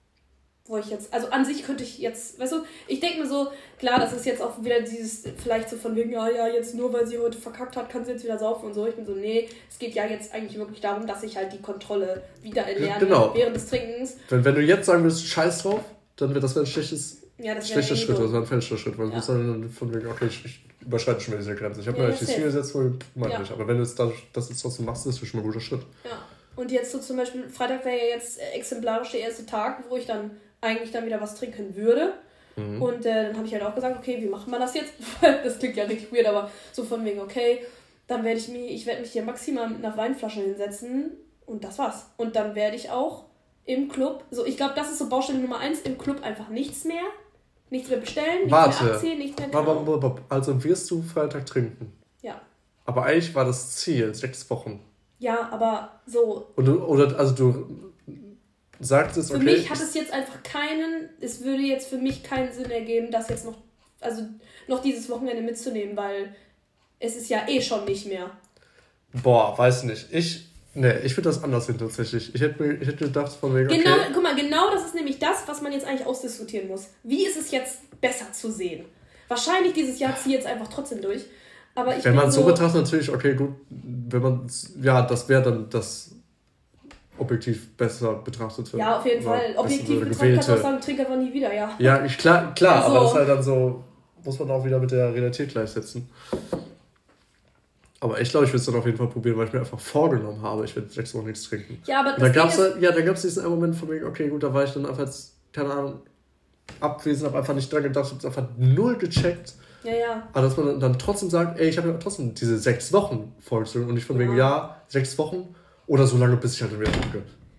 Wo ich jetzt, also an sich könnte ich jetzt, weißt du, ich denke mir so, klar, das ist jetzt auch wieder dieses, vielleicht so von wegen, ja, jetzt nur weil sie heute verkackt hat, kann sie jetzt wieder saufen und so. Ich bin so, nee, es geht ja jetzt eigentlich wirklich darum, dass ich halt die Kontrolle wieder erlerne während des Trinkens. Wenn du jetzt sagen würdest, scheiß drauf, dann wird das ein schlechter Schritt, das wäre ein falscher Schritt, weil du bist dann von wegen, okay, ich überschreite schon mal diese Grenze. Ich habe mir eigentlich das Ziel gesetzt, nicht. Aber wenn du das jetzt trotzdem machst, ist das schon mal ein guter Schritt. Ja, und jetzt so zum Beispiel, Freitag wäre ja jetzt exemplarisch der erste Tag, wo ich dann eigentlich dann wieder was trinken würde. Und dann habe ich halt auch gesagt, okay, wie macht man das jetzt? Das klingt ja richtig weird, aber so von wegen, okay, dann werde ich werde mich hier maximal mit einer Weinflasche hinsetzen und das war's. Und dann werde ich auch im Club, so ich glaube, das ist so Baustelle Nummer 1, im Club einfach nichts mehr bestellen, nichts mehr abziehen, nichts mehr Also wirst du Freitag trinken? Ja. Aber eigentlich war das Ziel 6 Wochen. Ja, aber so. Du sagt es, okay. Für mich hat es jetzt einfach es würde jetzt für mich keinen Sinn ergeben, das jetzt noch dieses Wochenende mitzunehmen, weil es ist ja eh schon nicht mehr. Boah, weiß nicht. Ich würde das anders sehen tatsächlich. Ich hätte gedacht von wegen, okay. Guck mal, genau das ist nämlich das, was man jetzt eigentlich ausdiskutieren muss. Wie ist es jetzt besser zu sehen? Wahrscheinlich dieses Jahr ziehe ich jetzt einfach trotzdem durch. Aber wenn man so betrachtet, natürlich, okay, gut, wenn man, das wäre dann das objektiv besser betrachtet wird. Ja, auf jeden Fall. Objektiv betrachtet kannst du auch sagen, trink einfach nie wieder, ja. Ja, klar, also, aber das ist halt dann so, muss man auch wieder mit der Realität gleichsetzen. Aber ich glaube, ich würde es dann auf jeden Fall probieren, weil ich mir einfach vorgenommen habe, ich werde 6 Wochen nichts trinken. Ja, aber und dann gab es diesen einen Moment von mir, okay, gut, da war ich dann einfach jetzt, keine Ahnung, abwesend, habe einfach nicht dran gedacht, habe es einfach null gecheckt. Ja. Aber dass man dann trotzdem sagt, ey, ich habe ja trotzdem diese 6 Wochen vorgezogen und nicht von wegen, 6 Wochen oder so lange, bis ich halt wieder trinke.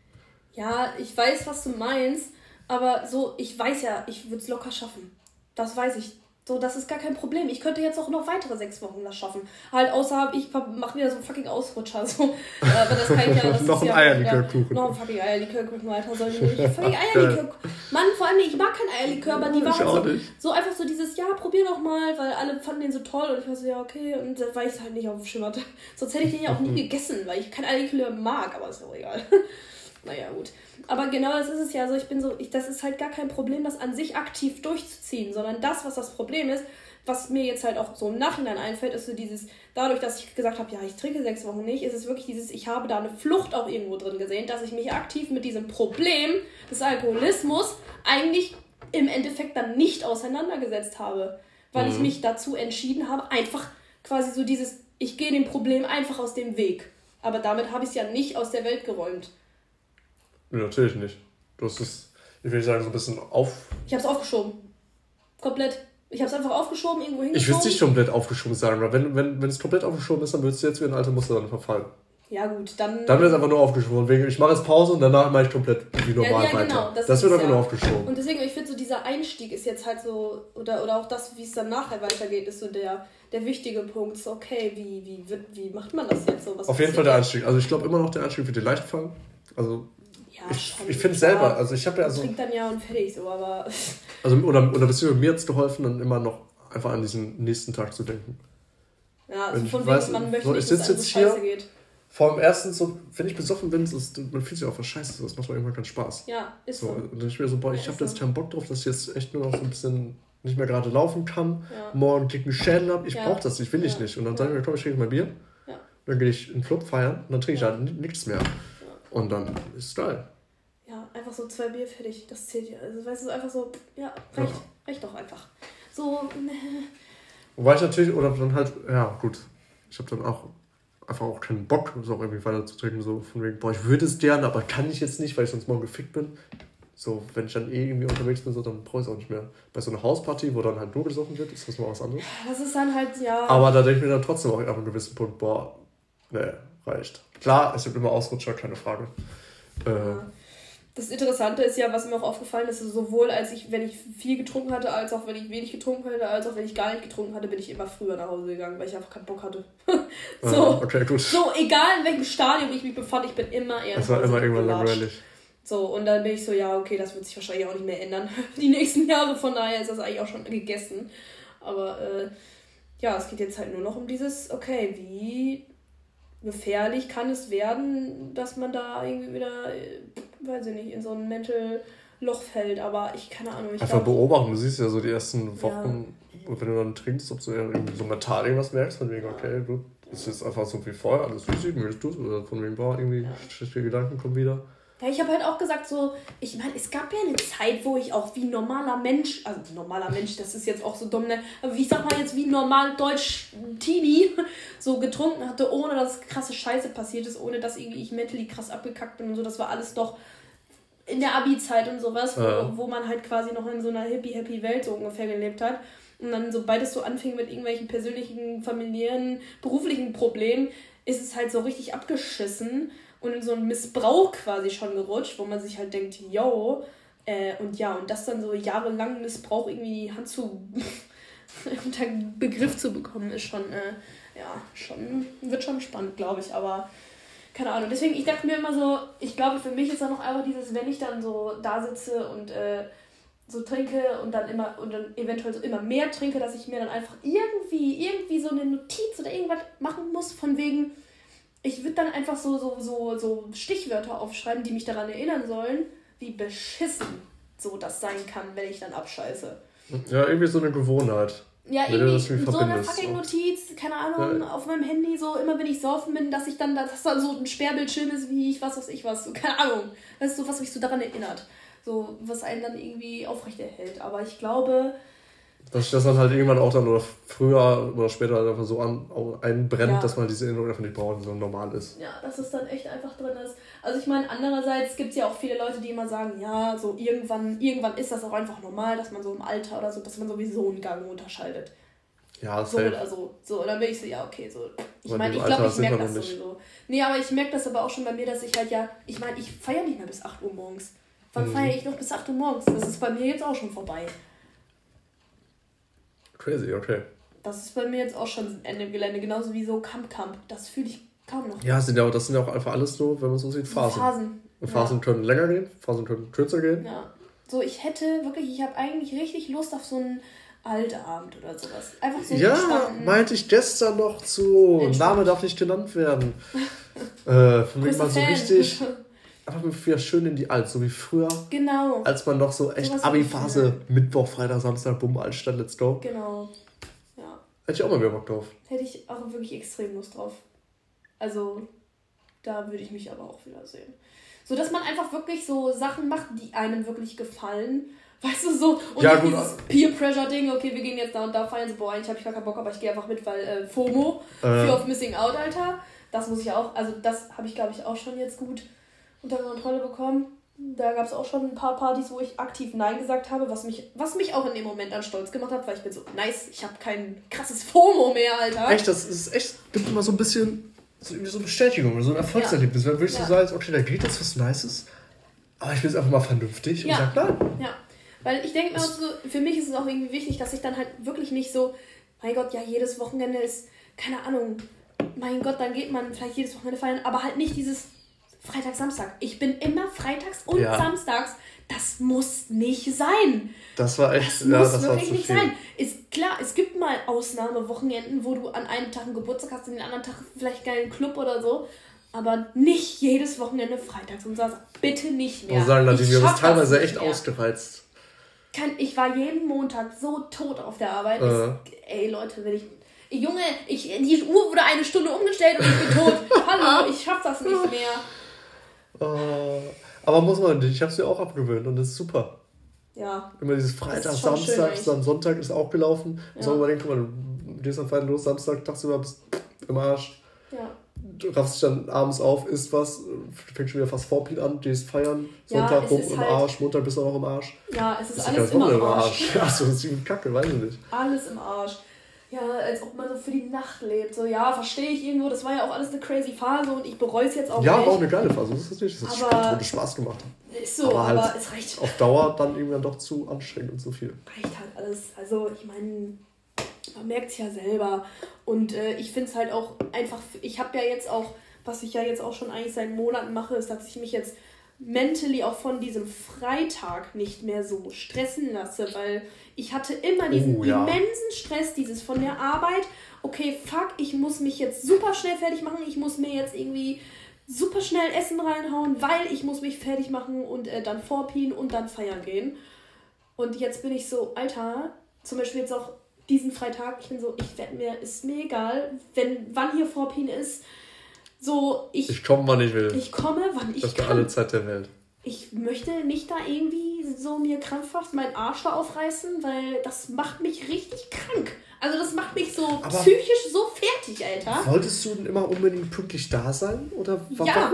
Ja, ich weiß, was du meinst, aber so, ich weiß ja, ich würde es locker schaffen. Das weiß ich. So, das ist gar kein Problem. Ich könnte jetzt auch noch weitere 6 Wochen das schaffen. Halt, außer ich mache wieder so einen fucking Ausrutscher. So. Aber das kann ich ja. Das noch ein Eierlikörkuchen. Noch ein fucking Eierlikörkuchen, Alter. Soll ich nicht. Fucking Eierlikör. Mann, vor allem, ich mag keinen Eierlikör, aber die war halt so einfach so dieses, ja, probier doch mal, weil alle fanden den so toll und ich war so, ja, okay. Und da war ich halt nicht aufgeschimmert. Sonst hätte ich den ja auch nie gegessen, weil ich keinen Eierlikör mag, aber ist auch egal. Naja, gut. Aber genau das ist es ja so, das ist halt gar kein Problem, das an sich aktiv durchzuziehen, sondern das, was das Problem ist, was mir jetzt halt auch so im Nachhinein einfällt, ist so dieses, dadurch, dass ich gesagt habe, ja, ich trinke 6 Wochen nicht, ist es wirklich dieses, ich habe da eine Flucht auch irgendwo drin gesehen, dass ich mich aktiv mit diesem Problem des Alkoholismus eigentlich im Endeffekt dann nicht auseinandergesetzt habe, weil ich mich dazu entschieden habe, einfach quasi so dieses, ich gehe dem Problem einfach aus dem Weg. Aber damit habe ich es ja nicht aus der Welt geräumt. Nee, natürlich nicht. Du hast es, ich will sagen, so ein bisschen Ich habe es aufgeschoben. Komplett. Ich habe es einfach aufgeschoben, irgendwo hingeschoben. Ich würde es nicht komplett aufgeschoben sagen, aber wenn es komplett aufgeschoben ist, dann würdest du jetzt wie ein alter Muster dann verfallen. Ja gut, dann... Dann wird es einfach nur aufgeschoben. Ich mache jetzt Pause und danach mache ich komplett wie normal weiter. Genau, das wird einfach nur aufgeschoben. Und deswegen, ich finde so, dieser Einstieg ist jetzt halt so, oder auch das, wie es dann nachher weitergeht, ist so der wichtige Punkt. So, okay, wie macht man das jetzt so? Auf jeden Fall der Einstieg. Also ich glaube immer noch, der Einstieg wird dir leicht fallen. Also... Ja, ich finde es selber, also ich habe ja so... Trinkt dann ja und fertig so, aber... Also, oder beziehungsweise mir hat es geholfen, dann immer noch einfach an diesen nächsten Tag zu denken. Ja, also von wegen, man möchte nicht, dass es jetzt scheiße geht. Vor dem ersten, so, wenn ich besoffen bin, man fühlt sich auch was scheiße, das macht irgendwann keinen Spaß. Ja, ist so. Und dann ich mir so, boah, ich habe jetzt keinen Bock drauf, dass ich jetzt echt nur noch so ein bisschen nicht mehr gerade laufen kann, morgen dicken Schädel habe, ich brauche das nicht, will ich nicht. Und dann sage ich mir, komm, ich trinke mein Bier, dann gehe ich in den Club feiern und dann trinke ich halt nichts mehr. Und dann ist es geil. Ja, einfach so 2 Bier fertig, das zählt ja. Also weißt du, einfach so, ja, reicht doch einfach. So, Wobei ich natürlich, oder dann halt, ja gut, ich habe dann auch einfach auch keinen Bock, so irgendwie weiter zu trinken, so von wegen, boah, ich würde es gerne, aber kann ich jetzt nicht, weil ich sonst morgen gefickt bin. So, wenn ich dann irgendwie unterwegs bin, so, dann brauche ich es auch nicht mehr. Bei so einer Hausparty, wo dann halt nur gesoffen wird, ist das mal was anderes. Das ist dann halt, ja... Aber da denke ich mir dann trotzdem auch ab einem gewissen Punkt, boah, nee, reicht. Klar, es gibt immer Ausrutscher, keine Frage. Das Interessante ist ja, was mir auch aufgefallen ist, sowohl wenn ich viel getrunken hatte, als auch wenn ich wenig getrunken hatte, als auch wenn ich gar nicht getrunken hatte, bin ich immer früher nach Hause gegangen, weil ich einfach keinen Bock hatte. Okay, gut. So, egal in welchem Stadium ich mich befand, ich bin immer eher das war immer irgendwann langweilig. So, und dann bin ich so, ja, okay, das wird sich wahrscheinlich auch nicht mehr ändern. Die nächsten Jahre, von daher ist das eigentlich auch schon gegessen. Aber, ja, es geht jetzt halt nur noch um dieses, okay, wie gefährlich kann es werden, dass man da irgendwie wieder, weiß ich nicht, in so ein Mental-Loch fällt, aber keine Ahnung. Einfach beobachten, du siehst ja so die ersten Wochen, wenn du dann trinkst, ob du irgendwie so mental irgendwas merkst, von wegen, okay, du, das ist einfach so wie vorher, alles easy, möchtest du, oder von wegen, boah, irgendwie schlechte Gedanken kommen wieder. Ja, ich habe halt auch gesagt, so, ich meine, es gab ja eine Zeit, wo ich auch wie normaler Mensch, das ist jetzt auch so dumm, ne? Aber ich sag mal jetzt wie normal Deutsch-Teenie so getrunken hatte, ohne dass krasse Scheiße passiert ist, ohne dass irgendwie ich mentally krass abgekackt bin und so. Das war alles doch in der Abi-Zeit und sowas, wo man halt quasi noch in so einer hippie Welt so ungefähr gelebt hat. Und dann, sobald es so anfing mit irgendwelchen persönlichen, familiären, beruflichen Problemen, ist es halt so richtig abgeschissen und in so einen Missbrauch quasi schon gerutscht, wo man sich halt denkt, yo, und das dann so jahrelang Missbrauch irgendwie die Hand unter Begriff zu bekommen, ist schon, wird schon spannend, glaube ich, aber keine Ahnung. Deswegen, ich dachte mir immer so, ich glaube, für mich ist dann noch einfach dieses, wenn ich dann so da sitze und so trinke und dann eventuell so immer mehr trinke, dass ich mir dann einfach irgendwie so eine Notiz oder irgendwas machen muss, von wegen, ich würde dann einfach so Stichwörter aufschreiben, die mich daran erinnern sollen, wie beschissen so das sein kann, wenn ich dann abscheiße. Ja, irgendwie so eine Gewohnheit. Ja, irgendwie so eine fucking Notiz, keine Ahnung, auf meinem Handy, so immer wenn ich saufen bin, dass dann so ein Sperrbildschirm ist, wie ich was, so, keine Ahnung. Das ist so, was mich so daran erinnert. So, was einen dann irgendwie aufrechterhält. Aber ich glaube, Dass sich das dann halt irgendwann auch dann oder früher oder später halt einfach so einbrennt, dass man diese Erinnerung einfach nicht braucht, die so normal ist. Ja, dass es dann echt einfach drin ist. Also ich meine, andererseits gibt es ja auch viele Leute, die immer sagen, ja, so irgendwann ist das auch einfach normal, dass man so im Alter oder so, dass man sowieso einen Gang unterscheidet. Ja, das so oder so. So, und dann bin ich so, ja, okay, so. Ich meine, ich glaube, ich merke das sowieso. Nee, aber ich merke das aber auch schon bei mir, dass ich halt ja, ich meine, ich feiere nicht mehr bis 8 Uhr morgens. Wann feiere ich noch bis 8 Uhr morgens? Das ist bei mir jetzt auch schon vorbei. Crazy, okay. Das ist bei mir jetzt auch schon Ende im Gelände, genauso wie so Camp. Das fühle ich kaum noch. Ja, das sind ja auch einfach alles so, wenn man so sieht, Phasen. Phasen können länger gehen, Phasen können kürzer gehen. Ja. So, ich habe eigentlich richtig Lust auf so einen Altabend oder sowas. Einfach so meinte ich gestern noch zu. Name darf nicht genannt werden. Für mich mal so richtig. Einfach wieder schön in die Alt, so wie früher. Genau. Als man noch so echt Abi-Phase, Mittwoch, Freitag, Samstag, bumm, Altstadt, let's go. Genau. Ja. Hätte ich auch mal wieder Bock drauf. Hätte ich auch wirklich extrem Lust drauf. Also, da würde ich mich aber auch wieder sehen. So, dass man einfach wirklich so Sachen macht, die einem wirklich gefallen. Weißt du, so. Und ja, dieses Peer-Pressure-Ding, okay, wir gehen jetzt da und da feiern. So, boah, eigentlich habe ich gar keinen Bock, aber ich gehe einfach mit, weil FOMO, Fear of Missing Out, Alter. Das muss ich auch, also das habe ich, glaube ich, auch schon jetzt gut unter Kontrolle bekommen. Da gab es auch schon ein paar Partys, wo ich aktiv Nein gesagt habe, was mich auch in dem Moment dann stolz gemacht hat, weil ich bin so, nice, ich habe kein krasses FOMO mehr, Alter. Echt, das ist echt, gibt immer so ein bisschen so eine Bestätigung oder so ein Erfolgserlebnis. Wenn du wirklich so sagst, okay, da geht jetzt was Nices, aber ich bin jetzt einfach mal vernünftig und sag nein. Ja, weil ich denke mir auch so, für mich ist es auch irgendwie wichtig, dass ich dann halt wirklich nicht so, mein Gott, ja, jedes Wochenende ist, keine Ahnung, mein Gott, dann geht man vielleicht jedes Wochenende feiern, aber halt nicht dieses Freitag, Samstag. Ich bin immer freitags und samstags. Das muss nicht sein. Das war echt, das muss wirklich nicht sein. Ist klar, es gibt mal Ausnahmewochenenden, wo du an einem Tag einen Geburtstag hast, an den anderen Tag vielleicht geilen Club oder so. Aber nicht jedes Wochenende freitags und Samstag. Bitte nicht mehr. Ich muss sagen, Nadine, wir haben teilweise echt ausgereizt. Ich war jeden Montag so tot auf der Arbeit. Ey, Leute, wenn ich... Junge, die Uhr wurde eine Stunde umgestellt und ich bin tot. Hallo, ich schaff das nicht mehr. Aber muss man nicht, ich hab's mir auch abgewöhnt und das ist super. Ja. Immer dieses Freitag, Samstag, dann Sonntag ist auch gelaufen. Ja. So überdenkt, guck mal, du gehst am Freitag los, Samstag, tagsüber bist im Arsch. Ja. Du raffst dich dann abends auf, isst was, fängst schon wieder fast Vorpin an, gehst feiern, Sonntag rum im Arsch, Montag bist du auch noch im Arsch. Ja, es ist alles immer im Arsch. Achso, das ist irgendwie Kacke, weiß ich nicht. Alles im Arsch. Ja, als ob man so für die Nacht lebt. So, ja, verstehe ich irgendwo. Das war ja auch alles eine crazy Phase und ich bereue es jetzt auch nicht. Ja, war auch eine geile Phase. Das ist nicht. Das hat Spaß gemacht. Ist so, aber halt es reicht. Auf Dauer dann irgendwann doch zu anstrengend und zu viel. Reicht halt alles. Also, ich meine, man merkt es ja selber. Und ich finde es halt auch einfach, ich habe ja jetzt auch, was ich ja jetzt auch schon eigentlich seit Monaten mache, ist, dass ich mich jetzt mentally auch von diesem Freitag nicht mehr so stressen lasse, weil ich hatte immer diesen immensen Stress, dieses von der Arbeit, okay, fuck, ich muss mich jetzt super schnell fertig machen, ich muss mir jetzt irgendwie super schnell Essen reinhauen, weil ich muss mich fertig machen und dann vorpien und dann feiern gehen. Und jetzt bin ich so, Alter, zum Beispiel jetzt auch diesen Freitag, ich bin so, ist mir egal, wann hier vorpien ist, so, ich komme, wann ich will. Ich komme, wann ich kann. Das war alle Zeit der Welt. Ich möchte nicht da irgendwie so mir krampfhaft meinen Arsch da aufreißen, weil das macht mich richtig krank. Also das macht mich so psychisch so fertig, Alter. Wolltest du denn immer unbedingt pünktlich da sein? Oder warum? Ja,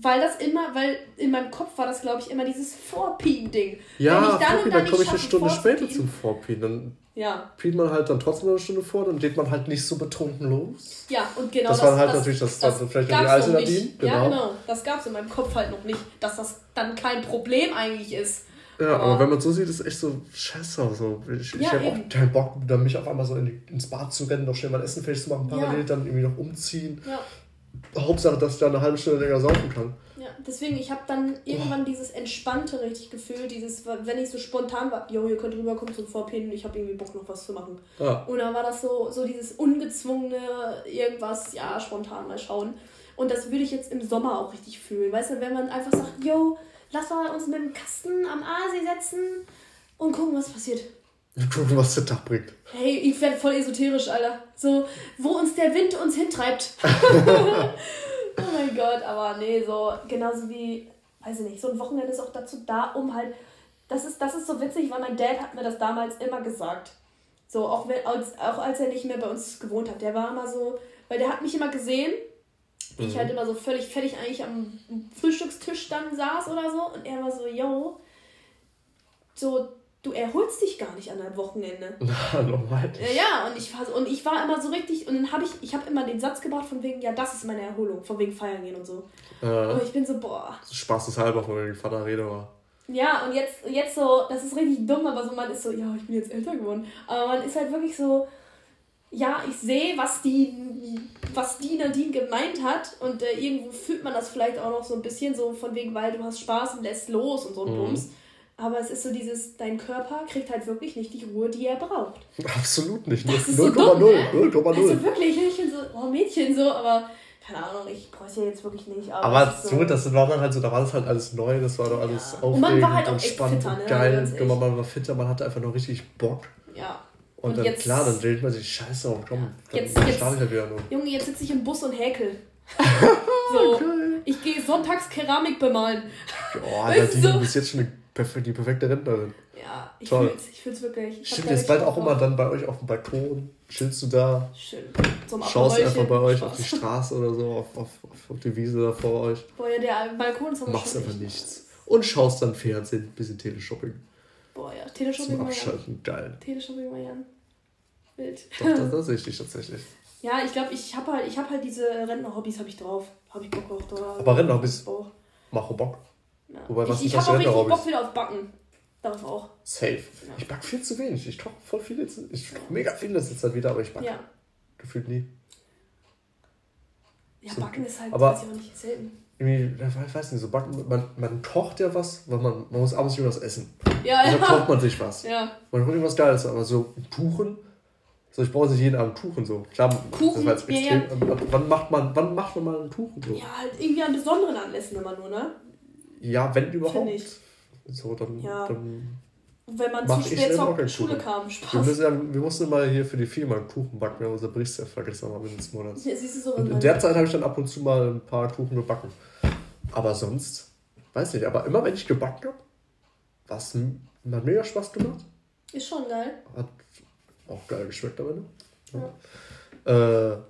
weil in meinem Kopf war das, glaube ich, immer dieses Vorpien-Ding. Ja, dann komme ich eine Stunde später zum Vorpien. Dann pient man halt dann trotzdem eine Stunde vor, dann geht man halt nicht so betrunken los. Ja, und genau das war halt natürlich das vielleicht noch die alte Nadine. Ja, genau. Das gab es in meinem Kopf halt noch nicht, dass das dann kein Problem eigentlich ist. Ja, aber wenn man so sieht, ist es echt so scheiße. So. Ich habe auch keinen Bock, dann mich auf einmal so ins Bad zu rennen, noch schnell mein Essen fertig zu machen, parallel dann irgendwie noch umziehen. Ja. Hauptsache, dass ich da eine halbe Stunde länger saufen kann. Ja, deswegen, ich habe dann irgendwann dieses entspannte richtig Gefühl, wenn ich so spontan war, jo, ihr könnt rüberkommen zum Vorpinnen, ich habe irgendwie Bock noch was zu machen. Ja. Und dann war das so dieses ungezwungene irgendwas, ja, spontan mal schauen. Und das würde ich jetzt im Sommer auch richtig fühlen. Weißt du, wenn man einfach sagt, jo, lass mal uns mit dem Kasten am Aasee setzen und gucken, was passiert. Gucken, was der Tag bringt. Hey, ich werde voll esoterisch, Alter. So, wo uns der Wind uns hintreibt. Oh mein Gott, aber nee, so genauso wie, weiß ich nicht, so ein Wochenende ist auch dazu da, um halt, das ist so witzig, weil mein Dad hat mir das damals immer gesagt. So, auch als er nicht mehr bei uns gewohnt hat. Der war immer so, weil der hat mich immer gesehen, wie ich halt immer so völlig fertig eigentlich am Frühstückstisch dann saß oder so. Und er war so, yo, so, du erholst dich gar nicht an einem Wochenende. Normal. Ja, und ich war immer so richtig, und dann habe ich habe immer den Satz gebracht von wegen, ja, das ist meine Erholung, von wegen feiern gehen und so. Und ich bin so, boah. Spaßeshalber, von wegen Vater Rede war. Ja, und jetzt so, das ist richtig dumm, aber so, man ist so, ja, ich bin jetzt älter geworden. Aber man ist halt wirklich so, ja, ich sehe, was die Nadine gemeint hat, und irgendwo fühlt man das vielleicht auch noch so ein bisschen so von wegen, weil du hast Spaß und lässt los und so ein Bums. Aber es ist so dein Körper kriegt halt wirklich nicht die Ruhe, die er braucht. Absolut nicht. 0,0. So 0,0. Also wirklich, ich bin so, oh Mädchen, so, aber keine Ahnung, ich brauche es ja jetzt wirklich nicht. Aber das war dann halt so, da war das halt alles neu, das war doch alles aufregend und man war halt auch und spannend fitter, ne? Und geil. Und man war fitter, man hatte einfach noch richtig Bock. Ja. Und dann, jetzt, klar, dann dreht man sich scheiße auf, komm, dann starte ich halt wieder nur. Junge, jetzt sitze ich im Bus und häkel. So, okay. Ich gehe sonntags Keramik bemalen. Oh, du bist jetzt schon die perfekte Rentnerin. Ja, ich fühl's wirklich. Stimmt, jetzt bald auch immer dann bei euch auf dem Balkon. Chillst du da? Schön. Schaust einfach bei euch auf die Straße oder so, auf die Wiese da vor euch. Boah, ja, der Balkon ist aber machst einfach nichts. Und schaust dann Fernsehen, ein bisschen Teleshopping. Boah, ja, Teleshopping zum Abschalten, geil. Teleshopping war ja wild. Doch, das sehe ich tatsächlich. Ja, ich glaube, ich hab halt diese Rentner-Hobbys habe ich drauf. Habe ich Bock drauf. Aber Rentner-Hobbys machen Bock. Ja. Wobei, ich habe auch richtig Bock wieder auf Backen. Darauf auch. Safe. Ja. Ich backe viel zu wenig. Ich koche voll viel jetzt. Ich koche mega viel jetzt halt wieder, aber ich backe gefühlt nie. Ja, so. Backen ist halt aber auch nicht selten. Ich weiß nicht, so backen, man kocht ja was, weil man muss abends irgendwas essen. Ja, und dann kocht man sich was. Ja. Man kocht irgendwas Geiles, aber so Kuchen, so ich brauche nicht jeden Abend Kuchen so. Klar, Kuchen, das war jetzt extrem. Ja. Wann macht man mal einen Kuchen so? Ja, halt irgendwie an besonderen Anlässen immer nur, ne? Ja, wenn überhaupt. So, dann wenn man zu spät zur Schule kam, Spaß. Wir mussten immer hier für die Firma einen Kuchen backen, wir haben unser Berichtsheft vergessen am Ende des Monats. Ja, siehst du so, und in der Zeit habe ich dann ab und zu mal ein paar Kuchen gebacken. Aber sonst, weiß nicht, aber immer wenn ich gebacken habe, hat mega Spaß gemacht. Ist schon geil. Hat auch geil geschmeckt am Ende. Ja.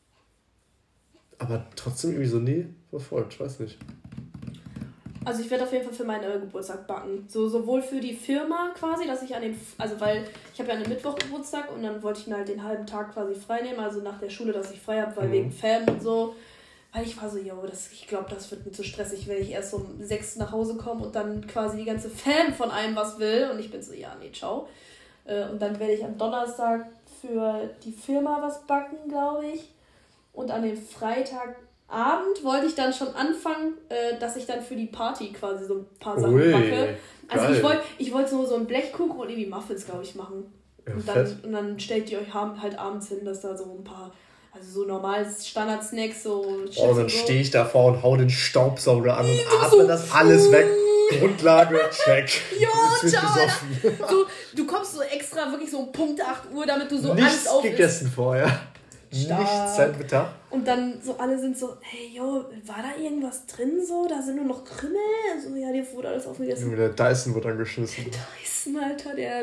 Aber trotzdem irgendwie so nie verfolgt, weiß nicht. Also ich werde auf jeden Fall für meinen Geburtstag backen. Sowohl für die Firma quasi, dass ich weil ich habe ja einen Mittwoch Geburtstag und dann wollte ich mir halt den halben Tag quasi frei nehmen, also nach der Schule, dass ich frei habe, weil wegen Fam und so. Weil ich war so, ich glaube, das wird mir zu stressig, wenn ich erst um 6 nach Hause komme und dann quasi die ganze Fam von einem was will. Und ich bin so, ja, nee, ciao. Und dann werde ich am Donnerstag für die Firma was backen, glaube ich. Und an dem Freitagabend wollte ich dann schon anfangen, dass ich dann für die Party quasi so ein paar Sachen backe. Also ich wollte so einen Blechkuchen und irgendwie Muffins, glaube ich, machen. Ja, und dann stellt ihr euch halt abends hin, dass da so ein paar, also so normales Standard-Snacks, so Chips und dann stehe ich davor und hau den Staubsauger an und atme das alles weg. Grundlage, check. Jo, ciao. Du kommst so extra wirklich so um Punkt 8 Uhr, damit du so alles auf Nichts gegessen vorher. Stark. Nichts seit Mittag. Und dann so alle sind so, hey, yo, war da irgendwas drin so? Da sind nur noch Krümel? So, ja, dir wurde alles aufgegessen. Der Dyson wird angeschissen. Der Dyson, Alter, der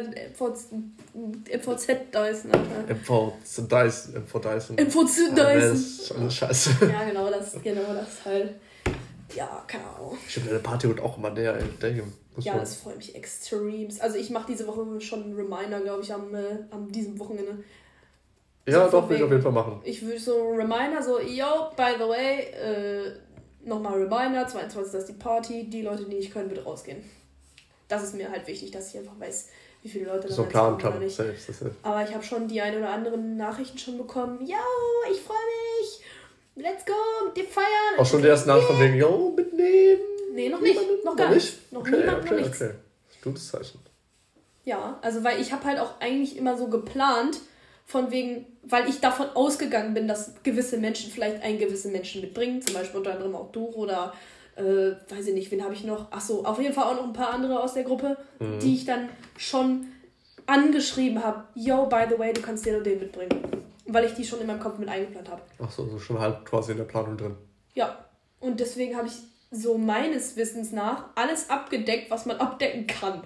MVZ Dyson, Alter. MV Dyson. MVZ Dyson. Das ist alles scheiße. Ja, genau das halt. Ja, keine Ahnung. Stimmt, eine Party wird auch immer der hier. Ja, das freut mich extrem. Also ich mache diese Woche schon einen Reminder, glaube ich, am diesem Wochenende. Ja, doch, will ich auf jeden Fall machen. Ich würde so Reminder, so, yo, by the way, nochmal Reminder, 22. ist die Party, die Leute, die nicht können, bitte rausgehen. Das ist mir halt wichtig, dass ich einfach weiß, wie viele Leute da kommen oder nicht. Safe. Aber ich habe schon die ein oder anderen Nachrichten schon bekommen, yo, ich freue mich, let's go, mit dir feiern. Auch schon die ersten Nachrichten von wegen, yo, mitnehmen. Nee, noch nicht, noch gar nicht. Noch niemand, noch nichts. Okay, gutes Zeichen. Ja, also weil ich habe halt auch eigentlich immer so geplant, von wegen, weil ich davon ausgegangen bin, dass gewisse Menschen vielleicht einen gewissen Menschen mitbringen, zum Beispiel unter anderem auch du oder, weiß ich nicht, wen habe ich noch? Achso, auf jeden Fall auch noch ein paar andere aus der Gruppe, die ich dann schon angeschrieben habe, yo, by the way, du kannst den und den mitbringen. Weil ich die schon in meinem Kopf mit eingeplant habe. Achso, also schon halt quasi in der Planung drin. Ja, und deswegen habe ich so meines Wissens nach alles abgedeckt, was man abdecken kann.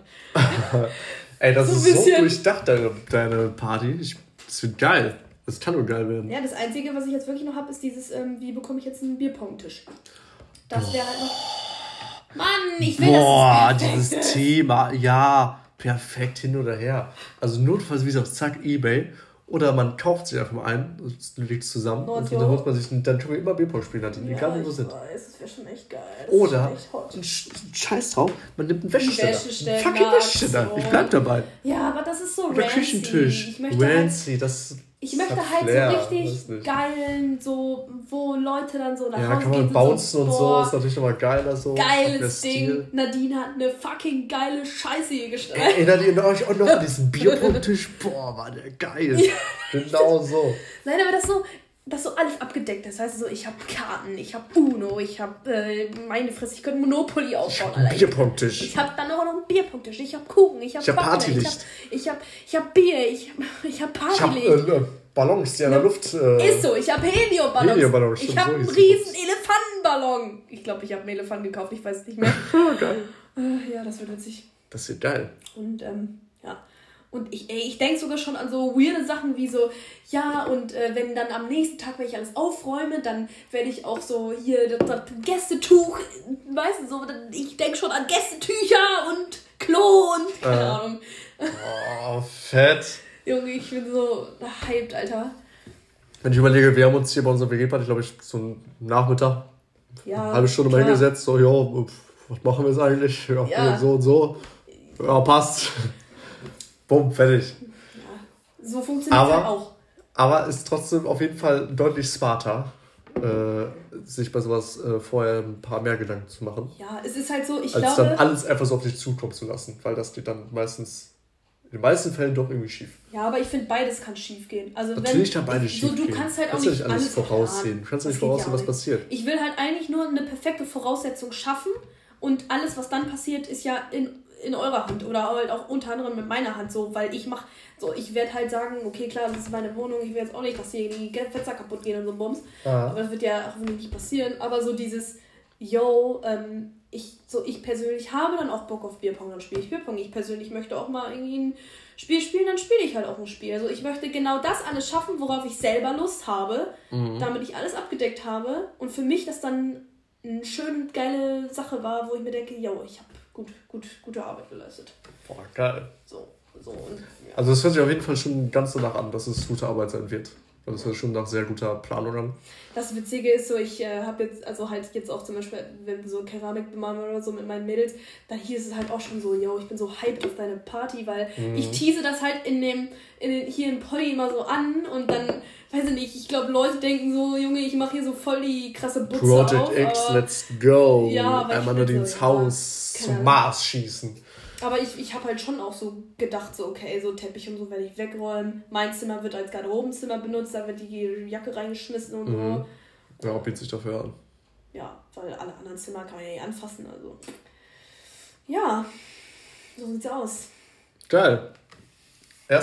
Ey, das ist so durchdacht, deine Party. Das wird geil. Das kann nur geil werden. Ja, das Einzige, was ich jetzt wirklich noch habe, ist dieses, wie bekomme ich jetzt einen Bierpong-Tisch? Das wäre halt noch... Mann, ich will, dass es dieses Thema, ja, perfekt hin oder her. Also notfalls, wie gesagt, zack, Ebay. Oder man kauft sich einfach mal ein, legt es zusammen und dann holt man sich, dann können wir immer Bierpong spielen, Nadine, egal wo wir sind. Das wäre schon echt geil. Oder, ein Scheiß drauf, man nimmt einen Wäscheständer. Einen fucking Wäscheständer, ich bleib dabei. Ja, aber das ist so rancy. Oder Küchentisch, rancy, das ich möchte halt Flair, so richtig geilen, so, wo Leute dann so nach Hause gehen. Ja, kann man bouncen und so, ist natürlich nochmal geiler so. Geiles Ding. Nadine hat eine fucking geile Scheiße hier gestellt. Erinnert ihr euch auch noch an diesen Bierpong-Tisch? Boah, war der geil. Genau so. Nein, aber das so alles abgedeckt ist. Heißt so, ich habe Karten, ich habe Uno, ich habe meine Fresse, ich könnte Monopoly aufbauen. Ich habe Bierpong-Tisch. Ich habe dann auch noch einen Bierpong-Tisch. Ich habe Kuchen, ich habe Partylicht. Ich hab Bier, ich hab Partylicht. Ich habe Ballons, die an der Luft... ist so, ich habe Helioballons. Ich habe einen riesen Elefantenballon. Ich glaube, ich habe einen Elefanten gekauft, ich weiß es nicht mehr. Geil. Ja, das wird witzig. Das wird geil. Und ja. Und ich denke sogar schon an so weirde Sachen wie so, ja, und wenn dann am nächsten Tag, wenn ich alles aufräume, dann werde ich auch so hier das Gästetuch, weißt du, so, ich denke schon an Gästetücher und Klo und keine Ahnung. Oh, fett. Junge, ich bin so hyped, Alter. Wenn ich überlege, wir haben uns hier bei unserer WG-Party, glaube ich, so einen Nachmittag, eine halbe Stunde mal hingesetzt, so, ja, was machen wir jetzt eigentlich? Ja, so und so. Ja, passt. Bumm, fertig. Ja, so funktioniert es halt auch. Aber es ist trotzdem auf jeden Fall deutlich smarter, sich bei sowas vorher ein paar mehr Gedanken zu machen. Ja, es ist halt so, ich glaube... Als glaube... dann alles einfach so auf dich zukommen zu lassen, weil das geht dann meistens... In den meisten Fällen doch irgendwie schief. Ja, aber ich finde, beides kann schief gehen. Also natürlich kann beides schief gehen. Du kannst halt auch nicht alles voraussehen. Du kannst nicht voraussehen, was passiert. Ich will halt eigentlich nur eine perfekte Voraussetzung schaffen und alles, was dann passiert, ist ja in eurer Hand oder halt auch unter anderem mit meiner Hand so, weil ich werde halt sagen, okay, klar, das ist meine Wohnung, ich will jetzt auch nicht, dass hier die Fenster kaputt gehen und so Bums. Aber das wird ja auch nicht passieren. Aber so dieses, ich persönlich habe dann auch Bock auf Bierpong, dann spiele ich Bierpong. Ich persönlich möchte auch mal irgendwie ein Spiel spielen, dann spiele ich halt auch ein Spiel. Also ich möchte genau das alles schaffen, worauf ich selber Lust habe, damit ich alles abgedeckt habe und für mich das dann eine schöne, geile Sache war, wo ich mir denke, ich habe gute Arbeit geleistet. Boah, geil. So und, ja. Also es hört sich auf jeden Fall schon ganz danach an, dass es gute Arbeit sein wird. Und das hört schon nach sehr guter Planung an. Das Witzige ist so, ich habe jetzt, also halt jetzt auch zum Beispiel, wenn wir so Keramik bemalen oder so mit meinen Mädels, dann hier ist es halt auch schon so, ich bin so hyped auf deine Party, weil ich tease das halt hier im Poddy immer so an und dann, weiß ich nicht, ich glaube Leute denken so, Junge, ich mache hier so voll die krasse Butze Project auf. X, let's go. Ja, einmal nur ins Haus zum Mars schießen. Aber ich habe halt schon auch so gedacht, so okay, so Teppich und so werde ich wegräumen. Mein Zimmer wird als Garderobenzimmer benutzt, da wird die Jacke reingeschmissen und so. Ja, bietet sich dafür an. Ja, weil alle anderen Zimmer kann man ja nicht anfassen, also. Ja, so sieht's aus. Geil. Ich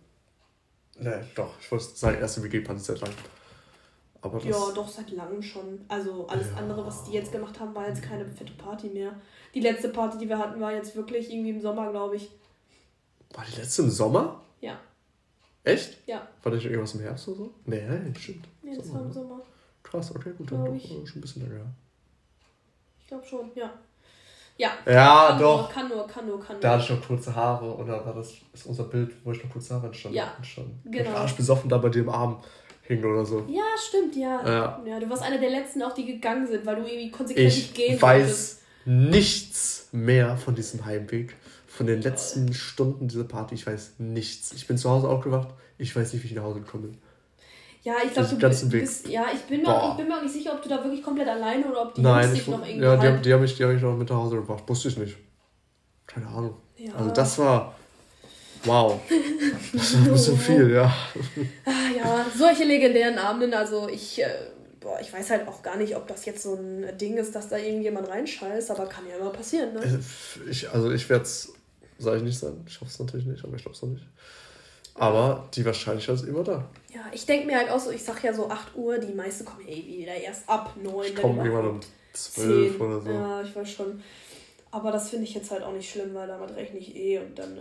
wollte sagen, erste WG-Party seit langem. Aber das... Ja, doch, seit langem schon. Also alles andere, was die jetzt gemacht haben, war jetzt keine fette Party mehr. Die letzte Party, die wir hatten, war jetzt wirklich irgendwie im Sommer, glaube ich. War die letzte im Sommer? Ja. Echt? Ja. War das nicht irgendwas im Herbst oder so? Nee, stimmt. Nee, das war im Sommer. Krass, okay, gut, dann doch schon ein bisschen länger. Ich glaube schon, ja. Ja, doch. Kann nur. Da hatte ich noch kurze Haare und da war das ist unser Bild, wo ich noch kurze Haare entstanden. Ja, genau. Ich arsch besoffen da bei dir im Arm hing oder so. Ja, stimmt, ja. Ja, du warst einer der Letzten auch, die gegangen sind, weil du irgendwie konsequent nicht gehen wolltest. Ich weiß nichts mehr von diesem Heimweg. Von den letzten Stunden dieser Party, ich weiß nichts. Ich bin zu Hause aufgewacht, ich weiß nicht, wie ich nach Hause gekommen bin. Ja, ich glaube, du bist... Ja, ich bin mir auch nicht sicher, ob du da wirklich komplett alleine oder ob die Jungs dich noch irgendwie... Ja, die haben mich noch mit nach Hause gebracht. Wusste ich nicht. Keine Ahnung. Ja. Also das war... Wow. Das war ein bisschen viel, ja. Ja, solche legendären Abenden, also ich weiß halt auch gar nicht, ob das jetzt so ein Ding ist, dass da irgendjemand reinscheißt, aber kann ja immer passieren, ne? Ich werde es, sage ich nicht sein, ich hoffe es natürlich nicht, aber ich glaube es noch nicht. Aber die Wahrscheinlichkeit ist immer da. Ja, ich denke mir halt auch so, ich sag ja so 8 Uhr, die meisten kommen wieder erst ab 9. Ich komme irgendwann um 12 oder so. Ja, ich weiß schon. Aber das finde ich jetzt halt auch nicht schlimm, weil damit rechne ich und dann,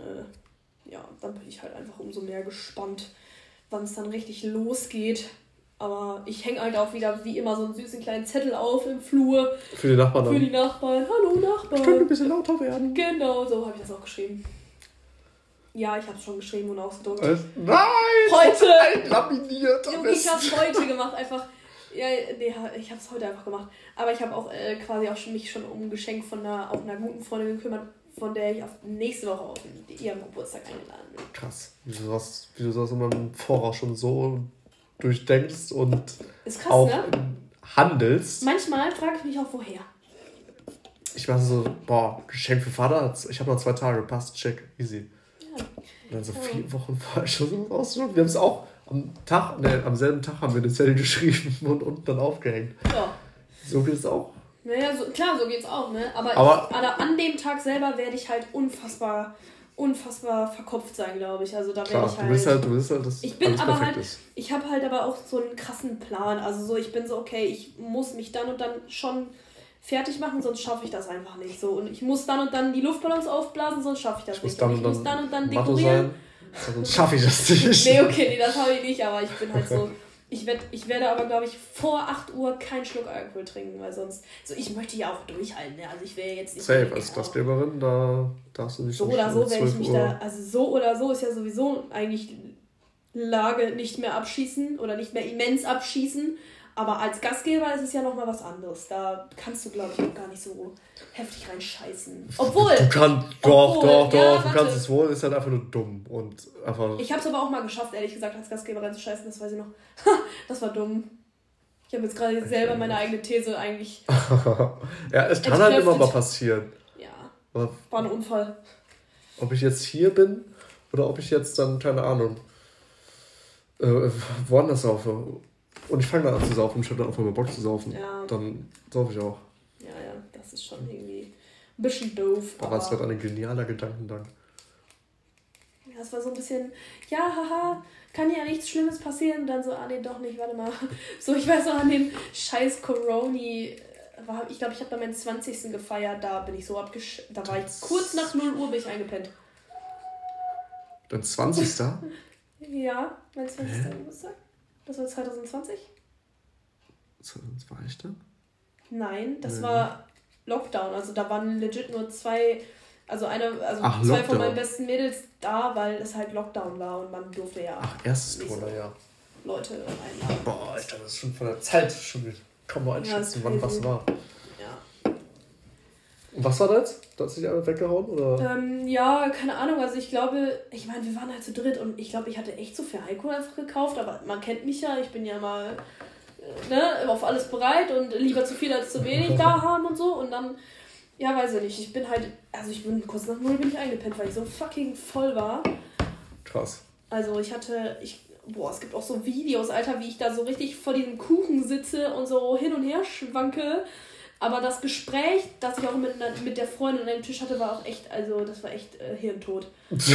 dann bin ich halt einfach umso mehr gespannt, wann es dann richtig losgeht. Aber ich hänge halt auch wieder wie immer so einen süßen kleinen Zettel auf im Flur. Für die Nachbarn dann. Für die Nachbarn. Hallo Nachbarn. Ich könnte ein bisschen lauter werden. Genau, so habe ich das auch geschrieben. Ja, ich habe es schon geschrieben und ausgedruckt. Nein! Heute! Laminiert! Ich habe es heute gemacht, einfach. Ja, nee, ich habe es heute einfach gemacht. Aber ich habe auch quasi auch mich schon um ein Geschenk von einer guten Freundin gekümmert, von der ich auf nächste Woche auf ihrem Geburtstag eingeladen bin. Krass. Wie du das immer im Voraus schon so durchdenkst und ist krass, auch ne? Handelst. Manchmal frage ich mich auch, woher. Ich war so, Geschenk für Vater, ich habe noch 2 Tage, passt, check, easy. Ja. Und dann so 4 Wochen vorher schon so rausgeschaut. Wir haben es auch am selben Tag haben wir eine Zettel geschrieben und unten dann aufgehängt. Ja. So geht es auch. Naja, klar, so geht's auch, ne? Aber an dem Tag selber werde ich halt unfassbar verkopft sein, glaube ich. Also da werde ich halt... Du bist halt, dass ich bin aber halt... Ist. Ich habe halt aber auch so einen krassen Plan. Also so, ich bin so, okay, ich muss mich dann und dann schon fertig machen, sonst schaffe ich das einfach nicht. So, und ich muss dann und dann die Luftballons aufblasen, sonst schaffe ich das nicht. Ich muss dann und dann dekorieren. Sonst schaffe ich das nicht. Nee, das habe ich nicht, aber ich bin halt so... Ich werde aber, glaube ich, vor 8 Uhr keinen Schluck Alkohol trinken, weil sonst... So, ich möchte ja auch durchhalten, ne? Also ich wäre jetzt nicht... Safe, als Gastgeberin, da darfst du nicht so oder so werde ich mich da... Also so oder so ist ja sowieso eigentlich Lage nicht mehr abschießen oder nicht mehr immens abschießen. Aber als Gastgeber ist es ja nochmal was anderes. Da kannst du, glaube ich, auch gar nicht so heftig reinscheißen. Obwohl... Du kannst... Doch, du kannst es wohl, ist halt einfach nur dumm und einfach... Ich habe es aber auch mal geschafft, ehrlich gesagt, als Gastgeber reinzuscheißen, das weiß ich noch. Das war dumm. Ich habe jetzt gerade selber meine eigene These eigentlich... Ja, es kann halt immer mal passieren. Ja, war ein Unfall. Ob ich jetzt hier bin oder ob ich jetzt dann, keine Ahnung, woanders saufe. Und ich fange dann an zu saufen, ich habe dann auf einmal Bock zu saufen. Ja. Dann saufe ich auch. Ja, das ist schon irgendwie ein bisschen doof. Aber es wird ein genialer Gedankengang. Ja, es war so ein bisschen, ja, haha, kann ja nichts Schlimmes passieren. Und dann so, nee, doch nicht, warte mal. So, ich weiß noch, an dem scheiß Coroni, ich glaube, ich habe da meinen 20. gefeiert, da bin ich so da war ich kurz nach 0 Uhr bin ich eingepennt. Dein 20. Ja, mein 20. Geburtstag. Das war 2020? War ich da? Nein, das war Lockdown. Also da waren legit nur 2, zwei von meinen besten Mädels da, weil es halt Lockdown war und man durfte ja. Erstes Corona, ja. Leute einladen. Boah, Alter, das ist schon von der Zeit schon. Kann man einschätzen, wann was war. Ja. Und was war das? Da hat sich einfach weggehauen? Oder? Ja, keine Ahnung. Also ich glaube, wir waren halt zu dritt und ich glaube, ich hatte echt so viel Alkohol einfach gekauft, aber man kennt mich ja, ich bin ja mal auf alles bereit und lieber zu viel als zu wenig da haben und so. Und dann, ja, weiß ich nicht, ich bin kurz nach 0 bin ich eingepennt, weil ich so fucking voll war. Krass. Also es gibt auch so Videos, Alter, wie ich da so richtig vor diesem Kuchen sitze und so hin und her schwanke. Aber das Gespräch, das ich auch mit der Freundin an einem Tisch hatte, war auch echt, das war echt hirntot.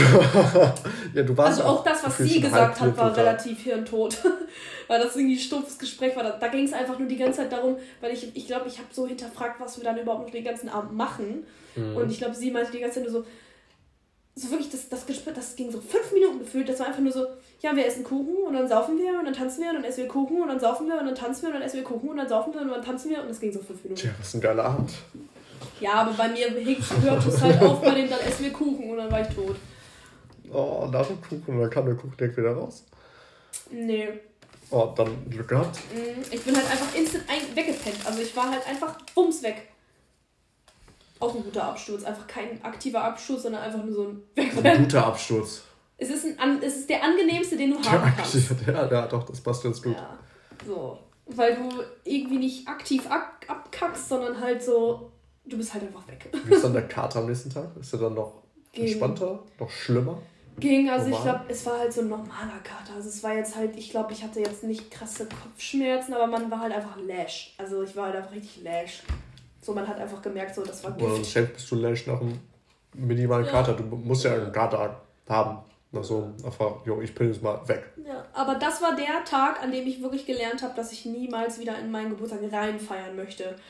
Ja, du warst also auch das, was sie gesagt hat, war relativ hirntot. Weil das irgendwie ein stumpfes Gespräch war. Da ging es einfach nur die ganze Zeit darum, weil ich glaube, ich habe so hinterfragt, was wir dann überhaupt noch den ganzen Abend machen. Mhm. Und ich glaube, sie meinte die ganze Zeit nur so wirklich, das Gespräch, das ging so 5 Minuten gefühlt, das war einfach nur so, ja, wir essen Kuchen und dann saufen wir und dann tanzen wir und dann essen wir Kuchen und dann saufen wir und dann tanzen wir und dann essen wir Kuchen und dann saufen wir und dann tanzen wir und das ging so 5 Minuten. Tja, was ein geiler Abend. Ja, aber bei mir hört es halt auf bei dem, dann essen wir Kuchen und dann war ich tot. Oh, nach dem Kuchen und dann kam der Kuchen direkt wieder raus? Nee. Oh, dann Glück gehabt? Ich bin halt einfach instant weggepennt, also ich war halt einfach bums weg. Auch ein guter Absturz, einfach kein aktiver Absturz, sondern einfach nur so ein Wegrennen. Ein guter Absturz. Es ist der angenehmste, den du haben kannst. Ja, doch, das passt ganz gut. Ja, so. Weil du irgendwie nicht aktiv abkackst, sondern halt so, du bist halt einfach weg. Wie ist dann der Kater am nächsten Tag? Ist der dann noch entspannter, noch schlimmer? Also ich glaube, es war halt so ein normaler Kater. Also es war jetzt halt, ich glaube, ich hatte jetzt nicht krasse Kopfschmerzen, aber man war halt einfach lash. Also ich war halt einfach richtig lash. So, man hat einfach gemerkt, so, das war Gift. Oder safe bist du lash nach einem minimalen Kater. Du musst ja einen Kater haben. Also einfach, ich bin jetzt mal weg. Ja, aber das war der Tag, an dem ich wirklich gelernt habe, dass ich niemals wieder in meinen Geburtstag rein feiern möchte.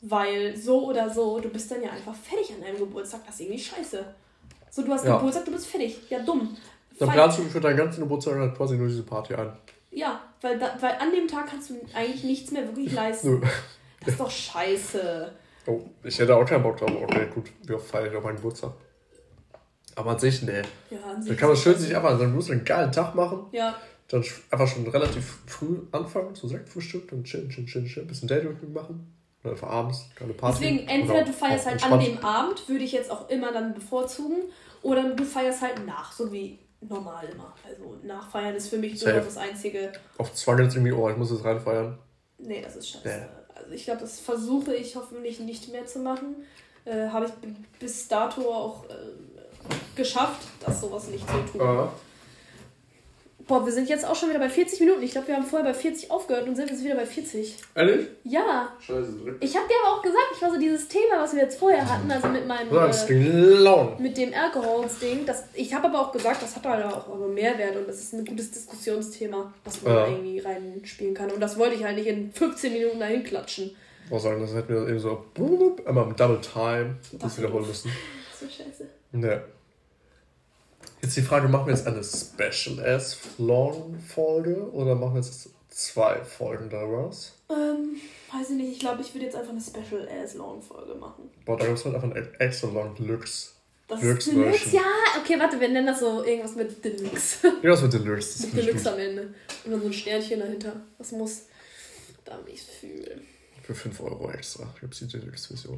Weil so oder so, du bist dann ja einfach fertig an deinem Geburtstag. Das ist irgendwie scheiße. So, du hast Geburtstag, du bist fertig. Ja, dumm. Dann planst du für deinen ganzen Geburtstag halt quasi nur diese Party ein. Ja, weil an dem Tag kannst du eigentlich nichts mehr wirklich leisten. Das ist doch scheiße. Oh, ich hätte auch keinen Bock drauf. Okay, gut, wir feiern ich auf meinen Geburtstag. Aber an sich, nee. Ja, an sich. Dann kann man schön sich einfach du musst einen geilen Tag machen. Ja. Dann einfach schon relativ früh anfangen, so Sektfrühstück, dann chillen. Bisschen Daydrinking machen. Oder einfach abends, keine Party. Deswegen, entweder du feierst halt an dem Abend, würde ich jetzt auch immer dann bevorzugen, oder du feierst halt nach, so wie normal immer. Also nachfeiern ist für mich so das Einzige. Auf Zwang jetzt irgendwie, ich muss jetzt reinfeiern. Nee, das ist scheiße. Yeah. Also ich glaube, das versuche ich hoffentlich nicht mehr zu machen. Habe ich bis dato auch geschafft, dass sowas nicht zu tun. Boah, wir sind jetzt auch schon wieder bei 40 Minuten. Ich glaube, wir haben vorher bei 40 aufgehört und sind jetzt wieder bei 40. Ehrlich? Ja. Scheiße. Ich habe dir aber auch gesagt, ich war so dieses Thema, was wir jetzt vorher hatten, also mit meinem... mit dem Alkohols-Ding. Ich habe aber auch gesagt, das hat halt auch einen Mehrwert und das ist ein gutes Diskussionsthema, was man irgendwie reinspielen kann. Und das wollte ich halt nicht in 15 Minuten dahin klatschen. Ich muss sagen, das hätten wir eben so einmal im Double Time das wiederholen müssen. So scheiße. Ne. Jetzt die Frage, machen wir jetzt eine Special-Ass-Long-Folge oder machen wir jetzt 2 Folgen daraus? Weiß ich nicht. Ich glaube, ich würde jetzt einfach eine Special-Ass-Long-Folge machen. Boah, da gibt es halt einfach ein extra Long Deluxe. Das ist Deluxe? Ja, okay, warte, wir nennen das so irgendwas mit Deluxe. Irgendwas mit Deluxe. Mit Deluxe am Ende. Und dann so ein Sternchen dahinter. Das muss da nicht fühlen. Für 5 € extra. Ich habe die Deluxe-Version.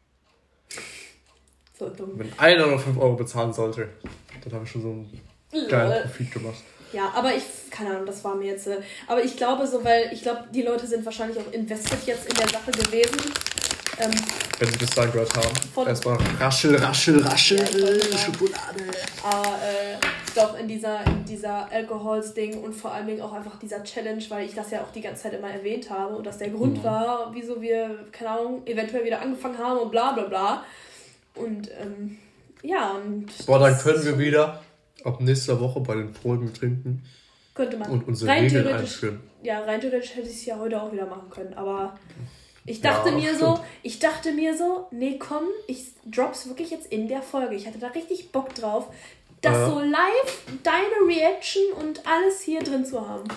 So dumm. Wenn einer noch 5 € bezahlen sollte, dann habe ich schon so einen geilen Profit gemacht. Ja, aber keine Ahnung, das war mir jetzt, aber ich glaube so, weil ich glaube, die Leute sind wahrscheinlich auch invested jetzt in der Sache gewesen. Wenn sie das dann gehört haben. Erstmal raschel, Schokolade. Aber doch in dieser Alkohols-Ding und vor allen Dingen auch einfach dieser Challenge, weil ich das ja auch die ganze Zeit immer erwähnt habe und das der Grund war, wieso wir, keine Ahnung, eventuell wieder angefangen haben und bla bla bla. Und ja, und... Boah, dann können wir wieder ab nächster Woche bei den Folgen trinken. Könnte man. Und unsere Regeln einführen. Ja, rein theoretisch hätte ich es ja heute auch wieder machen können, aber ich dachte mir so, nee, komm, ich drop's wirklich jetzt in der Folge. Ich hatte da richtig Bock drauf, das so live, deine Reaction und alles hier drin zu haben.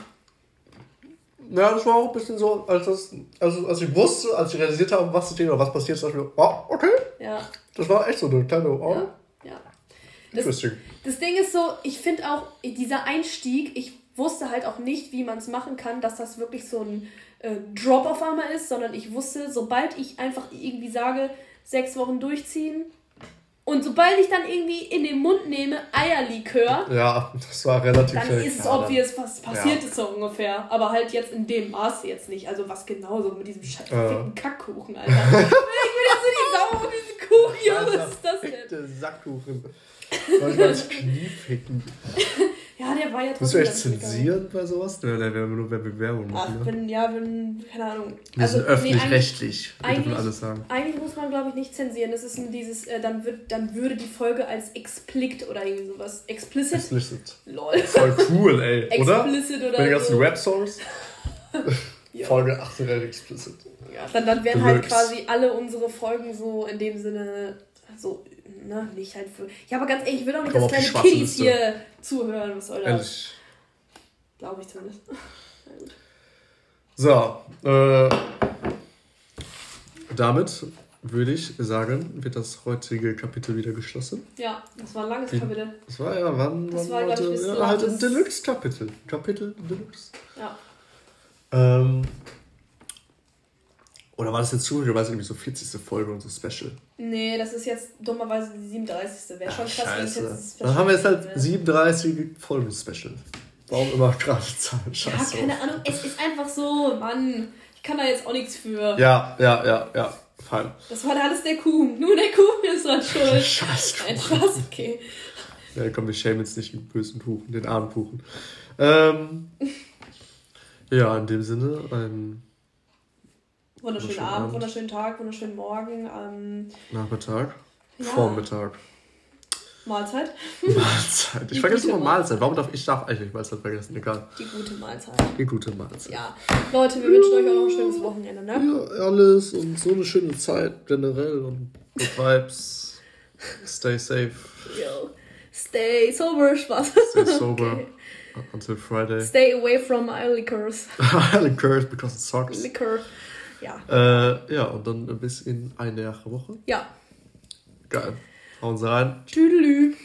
Ja, das war auch ein bisschen so, als ich wusste, als ich realisiert habe, was was passiert, dachte ich mir, oh, okay. Ja. Das war echt so eine kleine, ja. Das Ding ist so, ich finde auch, dieser Einstieg, ich wusste halt auch nicht, wie man es machen kann, dass das wirklich so ein Drop auf einmal ist, sondern ich wusste, sobald ich einfach irgendwie sage, 6 Wochen durchziehen und sobald ich dann irgendwie in den Mund nehme, Eierlikör, ja, das war relativ dann ist es obvious, was passiert ist so ungefähr. Aber halt jetzt in dem Maße jetzt nicht. Also was genauso mit diesem ficken Kackkuchen, Alter. Ich bin jetzt so die Sau und diesen Kuchen hier. Was ist das denn? Sackkuchen. Soll ich mal das Knie ficken? Ja, der war ja trotzdem. Musst du echt zensieren bei sowas? Oder werden wir nur Bewerbung machen? Ach, wenn, keine Ahnung. Wir sind öffentlich-rechtlich. Wir dürfen alles sagen. Eigentlich muss man, glaube ich, nicht zensieren. Das ist dieses, dann würde die Folge als explicit oder irgendwie sowas. Explicit. Lol. Voll cool, ey. Oder? Explicit oder bei den ganzen so. Rap-Songs. Ja. Folge 8 explicit. Ja, dann wären halt quasi alle unsere Folgen so in dem Sinne so, ne, nicht halt für... Ja, aber ganz ehrlich, ich will auch nicht, dass kleine Kiddies hier zuhören. Was soll das? Glaube ich zumindest. Na gut. So, damit würde ich sagen, wird das heutige Kapitel wieder geschlossen. Ja, das war ein langes Kapitel. Das war ja, das war, glaube ich, halt ein Deluxe-Kapitel. Kapitel Deluxe. Ja. Oder war das jetzt zufälligerweise irgendwie so 40. Folge und so Special? Nee, das ist jetzt dummerweise die 37. Wäre schon krass, wenn es jetzt das Special. Dann haben wir jetzt halt 37 Folgen Special. Warum immer gerade Zahlen? Scheiße. Ja, keine Ahnung. Es ist einfach so, Mann. Ich kann da jetzt auch nichts für. Ja. Fein. Das war alles der Kuchen. Nur der Kuchen ist dran schuld. Scheiß Kuchen. Ein Spaß, okay. Ja, komm, wir schämen jetzt nicht den bösen Kuchen, den armen Kuchen. Ja, in dem Sinne, ein wunderschönen Abend, wunderschönen Tag, wunderschönen Morgen. Nachmittag, ja. Vormittag. Mahlzeit. Mahlzeit. Ich vergesse immer Mahlzeit. Warum darf ich eigentlich Mahlzeit vergessen? Egal. Die gute Mahlzeit. Die gute Mahlzeit. Ja. Leute, wir wünschen euch auch noch ein schönes Wochenende, ne? Ja, alles und so eine schöne Zeit generell und good vibes. Stay safe. Yo. Stay sober, Spaß. Stay sober. Okay. Until Friday. Stay away from liquors. Liquors because it sucks. Liquor. Ja. Ja, und dann bis in eine Woche. Ja. Geil. Hauen Sie rein. Tschüdelü.